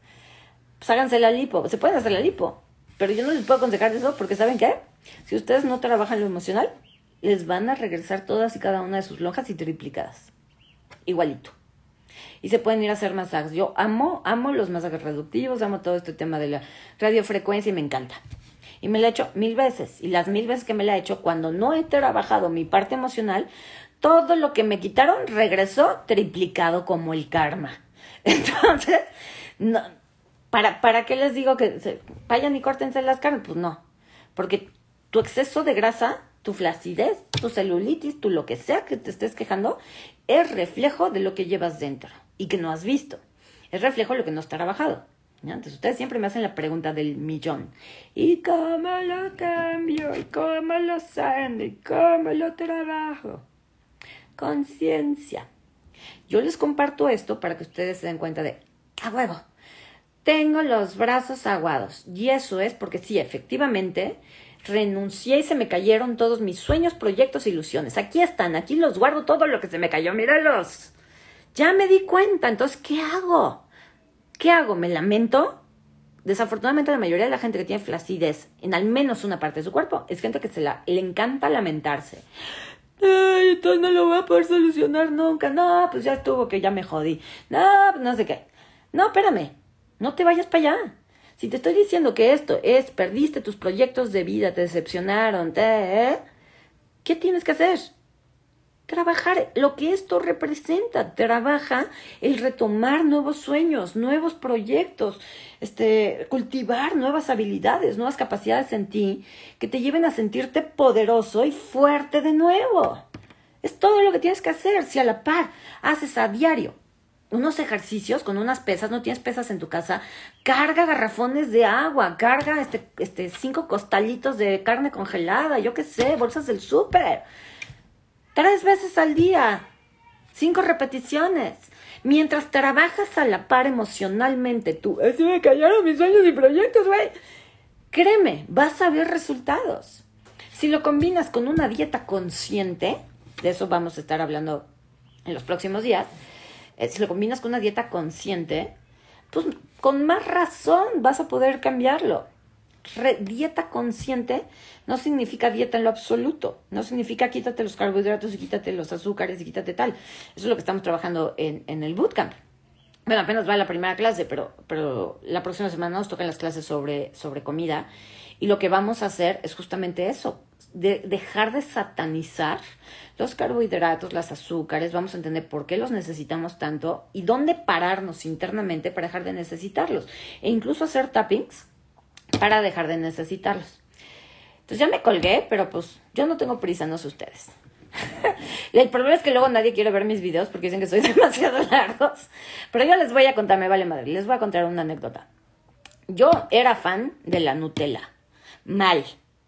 pues háganse la lipo. Se pueden hacer la lipo. Pero yo no les puedo aconsejar eso porque ¿saben qué? Si ustedes no trabajan lo emocional, les van a regresar todas y cada una de sus lonjas y triplicadas. Igualito. Y se pueden ir a hacer masajes. Yo amo los masajes reductivos, amo todo este tema de la radiofrecuencia y me encanta. Y me la he hecho 1000 veces. Y las 1000 veces que me la he hecho, cuando no he trabajado mi parte emocional, todo lo que me quitaron regresó triplicado como el karma. Entonces, no, ¿para qué les digo que vayan y córtense las carnes? Pues no. Porque tu exceso de grasa, tu flacidez, tu celulitis, tu lo que sea que te estés quejando, es reflejo de lo que llevas dentro y que no has visto. Es reflejo de lo que no está trabajado. ¿No? Entonces ustedes siempre me hacen la pregunta del millón. ¿Y cómo lo cambio? ¿Y cómo lo sano? ¿Y cómo lo trabajo? Conciencia. Yo les comparto esto para que ustedes se den cuenta de, ¡a huevo! Tengo los brazos aguados. Y eso es porque sí, efectivamente, renuncié y se me cayeron todos mis sueños, proyectos, ilusiones. Aquí están, aquí los guardo, todo lo que se me cayó, míralos. Ya me di cuenta, entonces, ¿qué hago? ¿Qué hago? ¿Me lamento? Desafortunadamente la mayoría de la gente que tiene flacidez en al menos una parte de su cuerpo es gente que le encanta lamentarse. Ay, entonces no lo voy a poder solucionar nunca. No, pues ya estuvo, que ya me jodí. No, pues no sé qué. No, espérame, no te vayas para allá. Si te estoy diciendo que esto es, perdiste tus proyectos de vida, te decepcionaron, ¿qué tienes que hacer? Trabajar lo que esto representa. Trabaja el retomar nuevos sueños, nuevos proyectos, cultivar nuevas habilidades, nuevas capacidades en ti que te lleven a sentirte poderoso y fuerte de nuevo. Es todo lo que tienes que hacer. Si a la par haces a diario unos ejercicios con unas pesas, no tienes pesas en tu casa, carga garrafones de agua, carga 5 costalitos de carne congelada, yo qué sé, bolsas del súper. 3 veces al día, 5 repeticiones. Mientras trabajas a la par emocionalmente, tú, se me cayeron mis sueños y proyectos, güey. Créeme, vas a ver resultados. Si lo combinas con una dieta consciente, de eso vamos a estar hablando en los próximos días, si lo combinas con una dieta consciente, pues con más razón vas a poder cambiarlo. Dieta consciente no significa dieta en lo absoluto. No significa quítate los carbohidratos y quítate los azúcares y quítate tal. Eso es lo que estamos trabajando en el bootcamp. Bueno, apenas va la primera clase, pero la próxima semana nos tocan las clases sobre comida. Y lo que vamos a hacer es justamente eso. Dejar de satanizar los carbohidratos, los azúcares. Vamos a entender por qué los necesitamos tanto y dónde pararnos internamente para dejar de necesitarlos. E incluso hacer tappings para dejar de necesitarlos. Entonces ya me colgué, pero pues yo no tengo prisa, no sé ustedes. El problema es que luego nadie quiere ver mis videos porque dicen que soy demasiado largos. Pero yo les voy a contar, me vale madre, les voy a contar una anécdota. Yo era fan de la Nutella. Mal.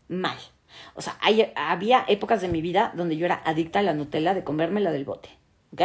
O sea, había épocas de mi vida donde yo era adicta a la Nutella, de comérmela del bote. ¿Ok?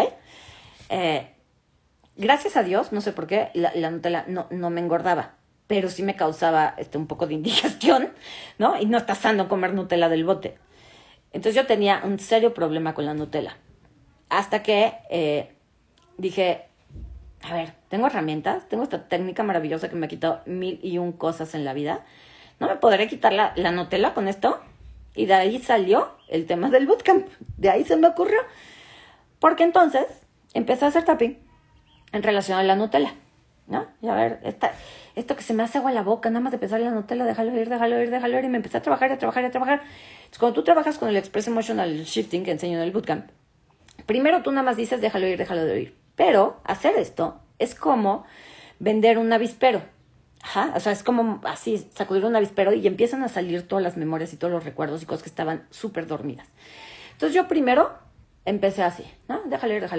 Gracias a Dios, no sé por qué, la Nutella no me engordaba. Pero sí me causaba un poco de indigestión, ¿no? Y no está sano comer Nutella del bote. Entonces yo tenía un serio problema con la Nutella. Hasta que dije, a ver, tengo herramientas, tengo esta técnica maravillosa que me ha quitado 1001 cosas en la vida. ¿No me podré quitar la Nutella con esto? Y de ahí salió el tema del bootcamp. De ahí se me ocurrió. Porque entonces empecé a hacer tapping en relación a la Nutella, ¿no? Y a ver, esto que se me hace agua la boca, nada más de pensar en la Nutella, déjalo ir, y me empecé a trabajar. Entonces, cuando tú trabajas con el Express Emotional Shifting que enseño en el bootcamp, primero tú nada más dices, déjalo ir. Pero hacer esto es como vender un avispero. Ajá, o sea, es como así, sacudir un avispero y empiezan a salir todas las memorias y todos los recuerdos y cosas que estaban súper dormidas. Entonces yo primero empecé así, ¿no? Déjalo ir.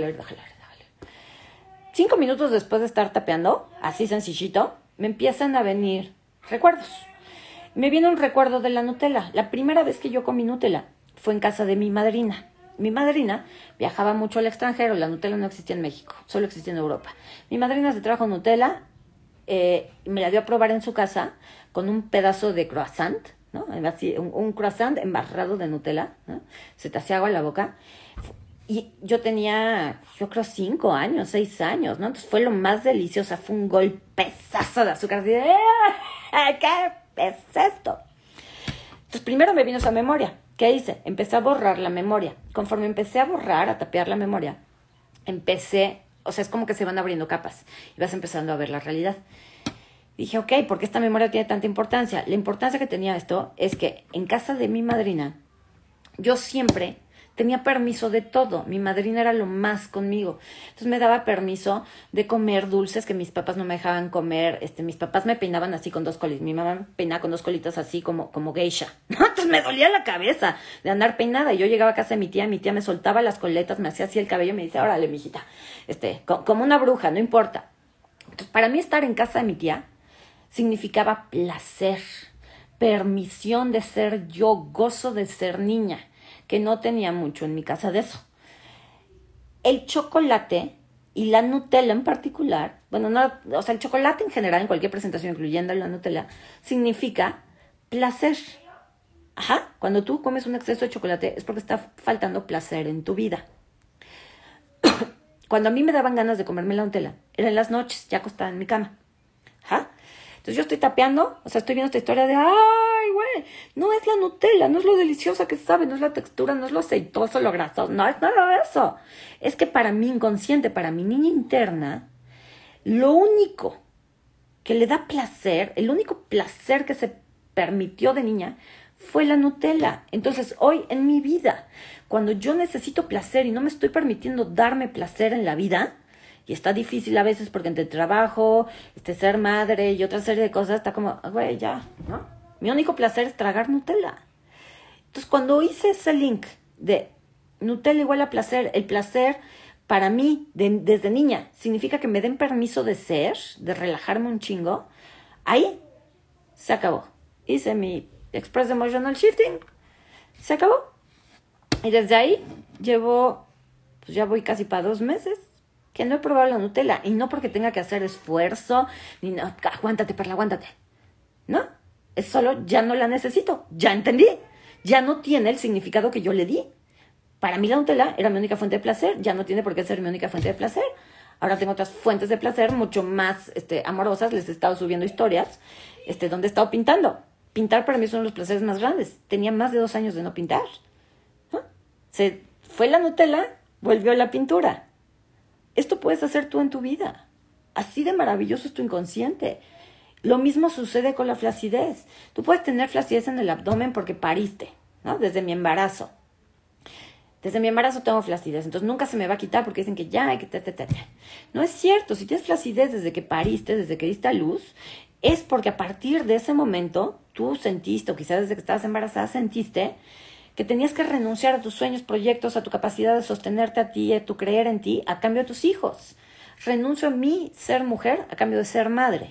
5 minutos después de estar tapeando, así sencillito, me empiezan a venir recuerdos. Me viene un recuerdo de la Nutella. La primera vez que yo comí Nutella fue en casa de mi madrina. Mi madrina viajaba mucho al extranjero, la Nutella no existía en México, solo existía en Europa. Mi madrina se trajo Nutella, me la dio a probar en su casa con un pedazo de croissant, ¿no? Así, un croissant embarrado de Nutella, ¿no? Se te hacía agua en la boca. Y yo tenía, yo creo, 5 años, 6 años, ¿no? Entonces fue lo más delicioso, fue un golpezazo de azúcar, así de, ¿qué es esto? Entonces primero me vino esa memoria. ¿Qué hice? Empecé a borrar la memoria. Conforme empecé a borrar, a tapear la memoria, o sea, es como que se van abriendo capas y vas empezando a ver la realidad. Dije, ok, ¿por qué esta memoria tiene tanta importancia? La importancia que tenía esto es que en casa de mi madrina, yo siempre tenía permiso de todo. Mi madrina era lo más conmigo. Entonces me daba permiso de comer dulces que mis papás no me dejaban comer. Mis papás me peinaban así con 2 colitas. Mi mamá me peinaba con 2 colitas así como geisha. Entonces me dolía la cabeza de andar peinada. Y yo llegaba a casa de mi tía me soltaba las coletas, me hacía así el cabello y me decía, órale, mijita, como una bruja, no importa. Entonces para mí estar en casa de mi tía significaba placer, permisión de ser yo, gozo de ser niña, que no tenía mucho en mi casa de eso. El chocolate y la Nutella en particular, bueno, no, o sea, el chocolate en general, en cualquier presentación, incluyendo la Nutella, significa placer. Ajá, cuando tú comes un exceso de chocolate es porque está faltando placer en tu vida. Cuando a mí me daban ganas de comerme la Nutella, era en las noches, ya acostada en mi cama. Ajá. Entonces yo estoy tapeando, o sea, estoy viendo esta historia de, ay, güey, no es la Nutella, no es lo deliciosa que sabe, no es la textura, no es lo aceitoso, lo grasoso, no es nada de eso. Es que para mi inconsciente, para mi niña interna, lo único que le da placer, el único placer que se permitió de niña fue la Nutella. Entonces hoy en mi vida, cuando yo necesito placer y no me estoy permitiendo darme placer en la vida, y está difícil a veces porque entre el trabajo, ser madre y otra serie de cosas, está como, güey, ya, ¿no? Mi único placer es tragar Nutella. Entonces, cuando hice ese link de Nutella igual a placer, el placer para mí, desde niña, significa que me den permiso de ser, de relajarme un chingo, ahí se acabó. Hice mi Express Emotional Shifting, se acabó. Y desde ahí pues ya voy casi para 2 meses que no he probado la Nutella. Y no porque tenga que hacer esfuerzo, ni no, aguántate, Perla, aguántate. ¿No? Es solo, ya no la necesito. Ya entendí. Ya no tiene el significado que yo le di. Para mí la Nutella era mi única fuente de placer. Ya no tiene por qué ser mi única fuente de placer. Ahora tengo otras fuentes de placer mucho más amorosas. Les he estado subiendo historias donde he estado pintando. Pintar para mí es uno de los placeres más grandes. Tenía más de 2 años de no pintar. ¿No? Se fue la Nutella, volvió la pintura. Esto puedes hacer tú en tu vida. Así de maravilloso es tu inconsciente. Lo mismo sucede con la flacidez. Tú puedes tener flacidez en el abdomen porque pariste, ¿no? Desde mi embarazo. Desde mi embarazo tengo flacidez. Entonces nunca se me va a quitar porque dicen que ya hay que... No es cierto. Si tienes flacidez desde que pariste, desde que diste a luz, es porque a partir de ese momento tú sentiste, o quizás desde que estabas embarazada sentiste, que tenías que renunciar a tus sueños, proyectos, a tu capacidad de sostenerte a ti, a tu creer en ti, a cambio de tus hijos. Renuncio a mi ser mujer a cambio de ser madre.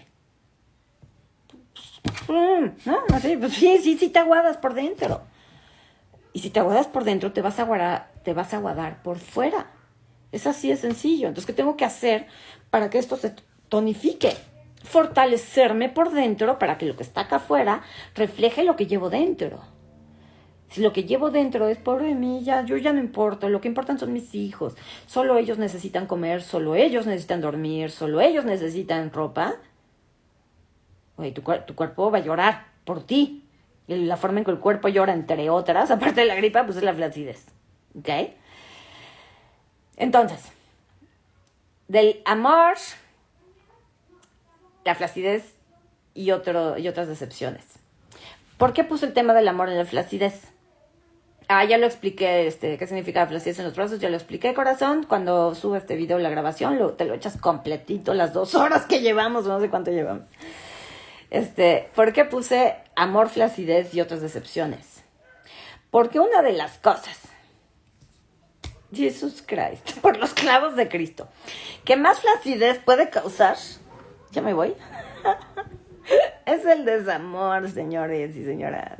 ¿No? Así, pues sí te aguadas por dentro. Y si te aguadas por dentro, te vas a aguadar por fuera. Es así de sencillo. Entonces, ¿qué tengo que hacer para que esto se tonifique? Fortalecerme por dentro para que lo que está acá afuera refleje lo que llevo dentro. Si lo que llevo dentro es pobre de mí, yo ya no importo, lo que importan son mis hijos. Solo ellos necesitan comer, solo ellos necesitan dormir, solo ellos necesitan ropa. Oye, tu cuerpo va a llorar por ti. Y la forma en que el cuerpo llora, entre otras, aparte de la gripa, pues es la flacidez. ¿Ok? Entonces, del amor, la flacidez y otras decepciones. ¿Por qué puse el tema del amor en la flacidez? Ya lo expliqué, qué significa la flacidez en los brazos, ya lo expliqué, corazón. Cuando suba este video, la grabación, te lo echas completito, las 2 horas que llevamos, no sé cuánto llevamos. ¿Por qué puse amor, flacidez y otras decepciones? Porque una de las cosas, Jesus Christ, por los clavos de Cristo, que más flacidez puede causar, ya me voy, es el desamor, señores y señoras.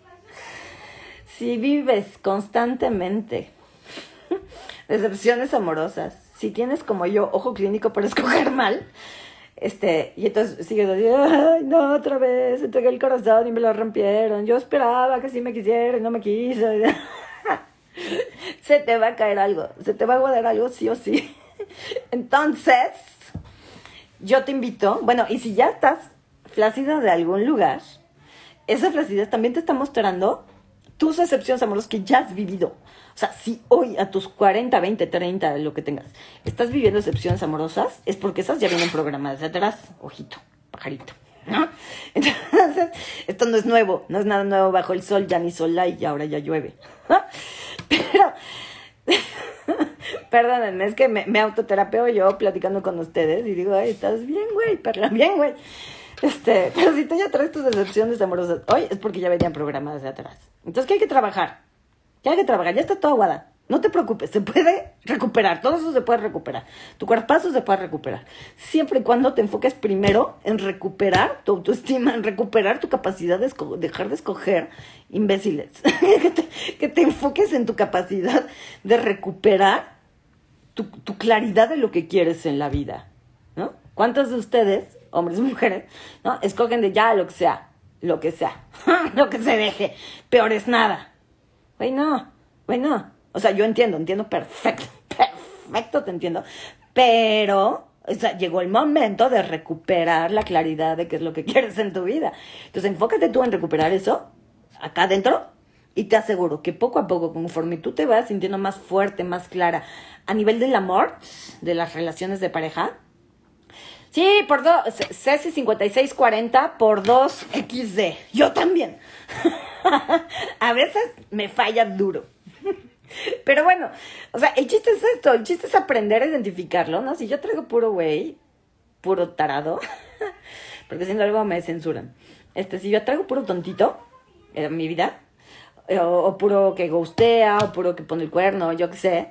Si vives constantemente decepciones amorosas, si tienes como yo ojo clínico para escoger mal, y entonces sigues así, ay, no, otra vez, entregué el corazón y me lo rompieron, yo esperaba que sí me quisiera y no me quiso. Se te va a caer algo, se te va a guardar algo sí o sí. Entonces, yo te invito, bueno, y si ya estás flácida de algún lugar, esa flacidez también te está mostrando tus decepciones amorosas que ya has vivido. O sea, si hoy a tus 40, 20, 30, lo que tengas, estás viviendo decepciones amorosas, es porque esas ya vienen programadas de atrás. Ojito, pajarito, ¿no? Entonces, esto no es nuevo, no es nada nuevo bajo el sol, ya ni sol hay y ahora ya llueve, ¿no? Pero, perdónenme, es que me autoterapeo yo platicando con ustedes y digo, ay, estás bien, güey, perla, bien, güey. Pero si tú ya traes tus decepciones amorosas hoy, es porque ya venían programadas de atrás. Entonces, ¿qué hay que trabajar? Ya está todo aguada. No te preocupes, se puede recuperar, todo eso se puede recuperar. Tu cuerpazo se puede recuperar. Siempre y cuando te enfoques primero en recuperar tu autoestima, en recuperar tu capacidad de dejar de escoger imbéciles. que te enfoques en tu capacidad de recuperar tu claridad de lo que quieres en la vida, ¿no? ¿Cuántos de ustedes, hombres y mujeres, ¿no? escogen de ya lo que sea, lo que se deje, peor es nada? Güey, no. O sea, yo entiendo perfecto, te entiendo. Pero, o sea, llegó el momento de recuperar la claridad de qué es lo que quieres en tu vida. Entonces, enfócate tú en recuperar eso, acá adentro, y te aseguro que poco a poco, conforme tú te vas sintiendo más fuerte, más clara, a nivel del amor, de las relaciones de pareja, sí, por Ceci 5640 por 2 XD. Yo también. A veces me falla duro. Pero bueno, o sea, el chiste es esto, el chiste es aprender a identificarlo, ¿no? Si yo traigo puro güey, puro tarado, porque si no luego me censuran. Si yo traigo puro tontito en mi vida, o puro que ghostea, o puro que pone el cuerno, yo qué sé.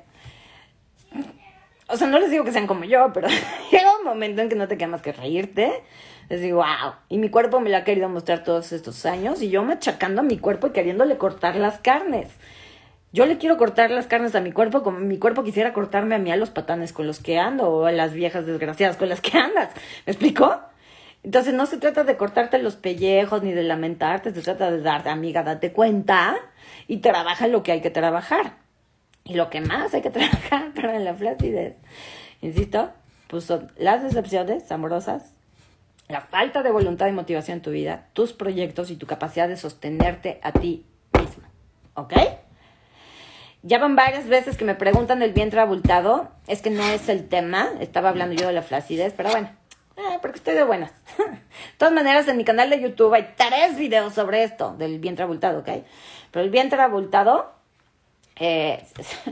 O sea, no les digo que sean como yo, pero llega un momento en que no te queda más que reírte. Les digo, wow. Y mi cuerpo me lo ha querido mostrar todos estos años y yo machacando a mi cuerpo y queriéndole cortar las carnes. Yo le quiero cortar las carnes a mi cuerpo como mi cuerpo quisiera cortarme a mí a los patanes con los que ando o a las viejas desgraciadas con las que andas. ¿Me explico? Entonces no se trata de cortarte los pellejos ni de lamentarte, se trata de darte, amiga, date cuenta y trabaja lo que hay que trabajar. Y lo que más hay que trabajar para la flacidez, insisto, pues son las decepciones amorosas, la falta de voluntad y motivación en tu vida, tus proyectos y tu capacidad de sostenerte a ti mismo. ¿Ok? Ya van varias veces que me preguntan del vientre abultado. Es que no es el tema. Estaba hablando yo de la flacidez, pero bueno, porque estoy de buenas. De todas maneras, en mi canal de YouTube hay 3 videos sobre esto, del vientre abultado, ¿ok? Pero el vientre abultado... es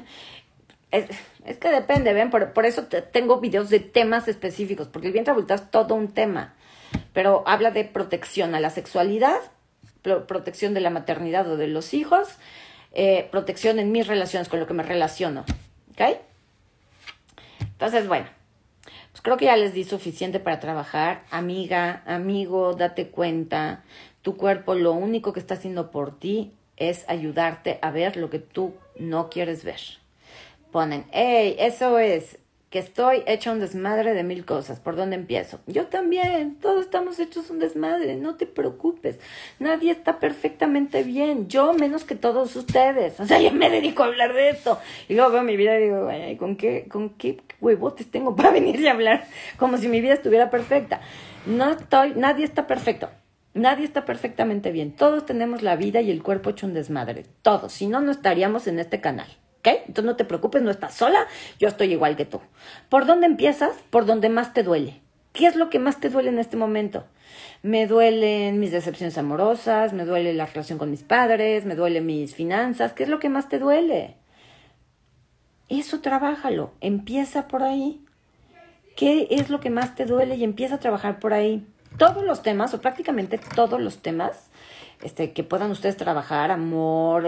que depende, ¿ven? Por eso tengo videos de temas específicos, porque el vientre abultado es todo un tema, pero habla de protección a la sexualidad, protección de la maternidad o de los hijos, protección en mis relaciones, con lo que me relaciono, ¿ok? Entonces, bueno, pues creo que ya les di suficiente para trabajar. Amiga, amigo, date cuenta, tu cuerpo lo único que está haciendo por ti es ayudarte a ver lo que tú no quieres ver. Ponen, hey, eso es, que estoy hecha un desmadre de 1000 cosas. ¿Por dónde empiezo? Yo también, todos estamos hechos un desmadre, no te preocupes. Nadie está perfectamente bien, yo menos que todos ustedes. O sea, yo me dedico a hablar de esto. Y luego veo mi vida y digo, ay, ¿con qué huevotes tengo para venir y hablar? Como si mi vida estuviera perfecta. Nadie está perfecto. Nadie está perfectamente bien. Todos tenemos la vida y el cuerpo hecho un desmadre. Todos. Si no, no estaríamos en este canal. ¿Ok? Entonces no te preocupes, no estás sola. Yo estoy igual que tú. ¿Por dónde empiezas? Por donde más te duele. ¿Qué es lo que más te duele en este momento? Me duelen mis decepciones amorosas, me duele la relación con mis padres, me duelen mis finanzas. ¿Qué es lo que más te duele? Eso trabájalo, empieza por ahí. ¿Qué es lo que más te duele? Y empieza a trabajar por ahí. Todos los temas, o prácticamente todos los temas, que puedan ustedes trabajar, amor,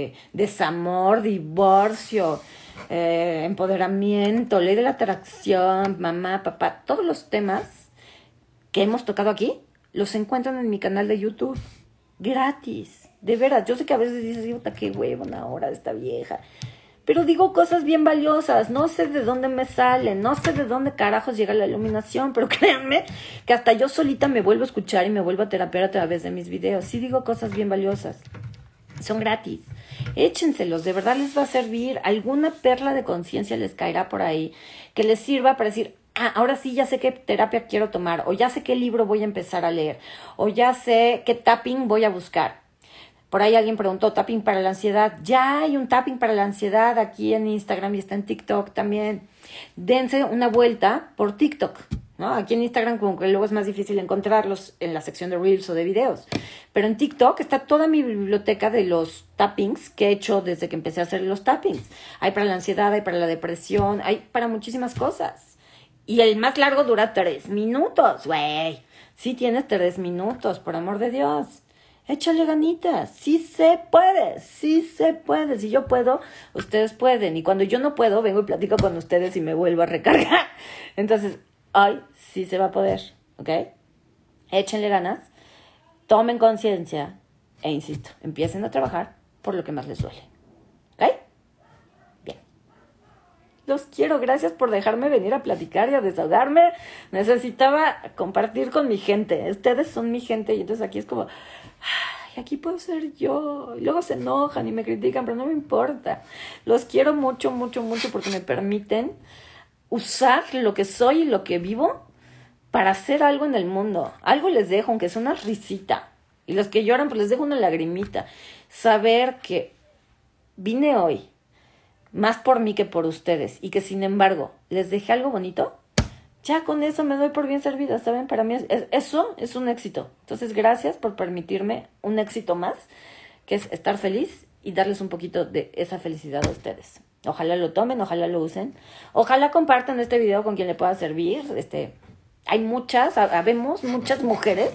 desamor, divorcio, empoderamiento, ley de la atracción, mamá, papá, todos los temas que hemos tocado aquí, los encuentran en mi canal de YouTube, gratis, de veras. Yo sé que a veces dices, puta, qué huevona ahora esta vieja, pero digo cosas bien valiosas, no sé de dónde me salen, no sé de dónde carajos llega la iluminación, pero créanme que hasta yo solita me vuelvo a escuchar y me vuelvo a terapiar a través de mis videos. Sí digo cosas bien valiosas, son gratis, échenselos, de verdad les va a servir, alguna perla de conciencia les caerá por ahí, que les sirva para decir, ahora sí ya sé qué terapia quiero tomar, o ya sé qué libro voy a empezar a leer, o ya sé qué tapping voy a buscar. Por ahí alguien preguntó, tapping para la ansiedad. Ya hay un tapping para la ansiedad aquí en Instagram y está en TikTok también. Dense una vuelta por TikTok, ¿no? Aquí en Instagram como que luego es más difícil encontrarlos en la sección de Reels o de videos. Pero en TikTok está toda mi biblioteca de los tappings que he hecho desde que empecé a hacer los tappings. Hay para la ansiedad, hay para la depresión, hay para muchísimas cosas. Y el más largo dura 3 minutos, güey. Sí tienes 3 minutos, por amor de Dios. Échale ganitas, sí se puede, sí se puede. Si yo puedo, ustedes pueden. Y cuando yo no puedo, vengo y platico con ustedes y me vuelvo a recargar. Entonces, hoy sí se va a poder, ¿ok? Échenle ganas, tomen conciencia e insisto, empiecen a trabajar por lo que más les duele, ¿ok? Bien. Los quiero, gracias por dejarme venir a platicar y a desahogarme. Necesitaba compartir con mi gente. Ustedes son mi gente y entonces aquí es como... Ay, aquí puedo ser yo. Y luego se enojan y me critican, pero no me importa. Los quiero mucho, mucho, mucho porque me permiten usar lo que soy y lo que vivo para hacer algo en el mundo. Algo les dejo, aunque sea una risita. Y los que lloran, pues les dejo una lagrimita. Saber que vine hoy más por mí que por ustedes y que sin embargo les dejé algo bonito. Ya con eso me doy por bien servida, ¿saben? Para mí eso es un éxito. Entonces, gracias por permitirme un éxito más, que es estar feliz y darles un poquito de esa felicidad a ustedes. Ojalá lo tomen, ojalá lo usen. Ojalá compartan este video con quien le pueda servir. Hay habemos muchas mujeres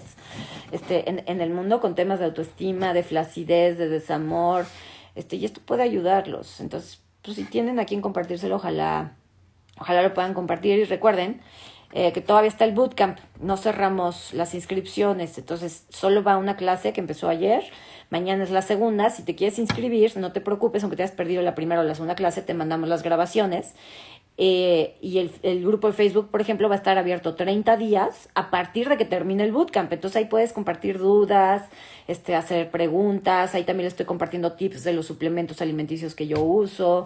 en el mundo con temas de autoestima, de flacidez, de desamor. Y esto puede ayudarlos. Entonces, pues si tienen a quien compartírselo, ojalá lo puedan compartir. Y recuerden que todavía está el bootcamp, no cerramos las inscripciones, entonces solo va una clase que empezó ayer, mañana es la segunda. Si te quieres inscribir, no te preocupes, aunque te hayas perdido la primera o la segunda clase, te mandamos las grabaciones. Y el grupo de Facebook, por ejemplo, va a estar abierto 30 días a partir de que termine el bootcamp. Entonces ahí puedes compartir dudas, hacer preguntas. Ahí también les estoy compartiendo tips de los suplementos alimenticios que yo uso.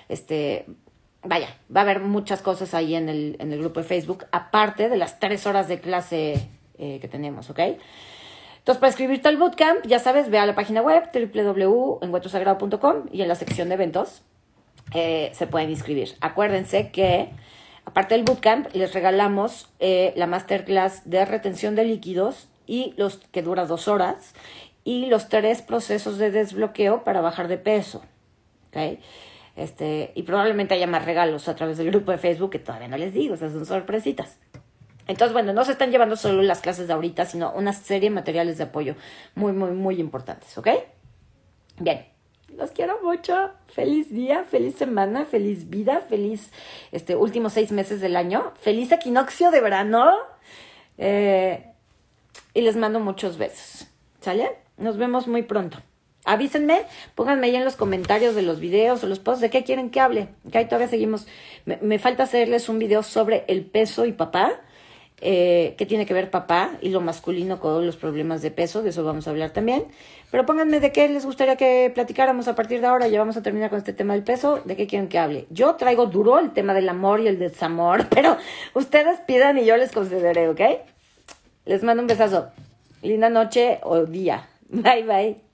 Vaya, va a haber muchas cosas ahí en el grupo de Facebook, aparte de las 3 horas de clase que tenemos, ¿ok? Entonces, para inscribirte al bootcamp, ya sabes, ve a la página web www.encuentrosagrado.com y en la sección de eventos se pueden inscribir. Acuérdense que, aparte del bootcamp, les regalamos la masterclass de retención de líquidos y los que dura 2 horas y los 3 procesos de desbloqueo para bajar de peso, ¿ok? Y probablemente haya más regalos a través del grupo de Facebook que todavía no les digo, o sea, son sorpresitas. Entonces, bueno, no se están llevando solo las clases de ahorita, sino una serie de materiales de apoyo muy, muy, muy importantes, ¿ok? Bien, los quiero mucho. Feliz día, feliz semana, feliz vida, feliz últimos 6 meses del año, feliz equinoccio de verano. Y les mando muchos besos, ¿sale? Nos vemos muy pronto. Avísenme, pónganme ahí en los comentarios de los videos o los posts de qué quieren que hable. Que ahí todavía seguimos. Me falta hacerles un video sobre el peso y papá. ¿Qué tiene que ver papá y lo masculino con los problemas de peso? De eso vamos a hablar también. Pero pónganme de qué les gustaría que platicáramos a partir de ahora. Ya vamos a terminar con este tema del peso. ¿De qué quieren que hable? Yo traigo duro el tema del amor y el desamor, pero ustedes pidan y yo les concederé, ¿ok? Les mando un besazo. Linda noche o día. Bye, bye.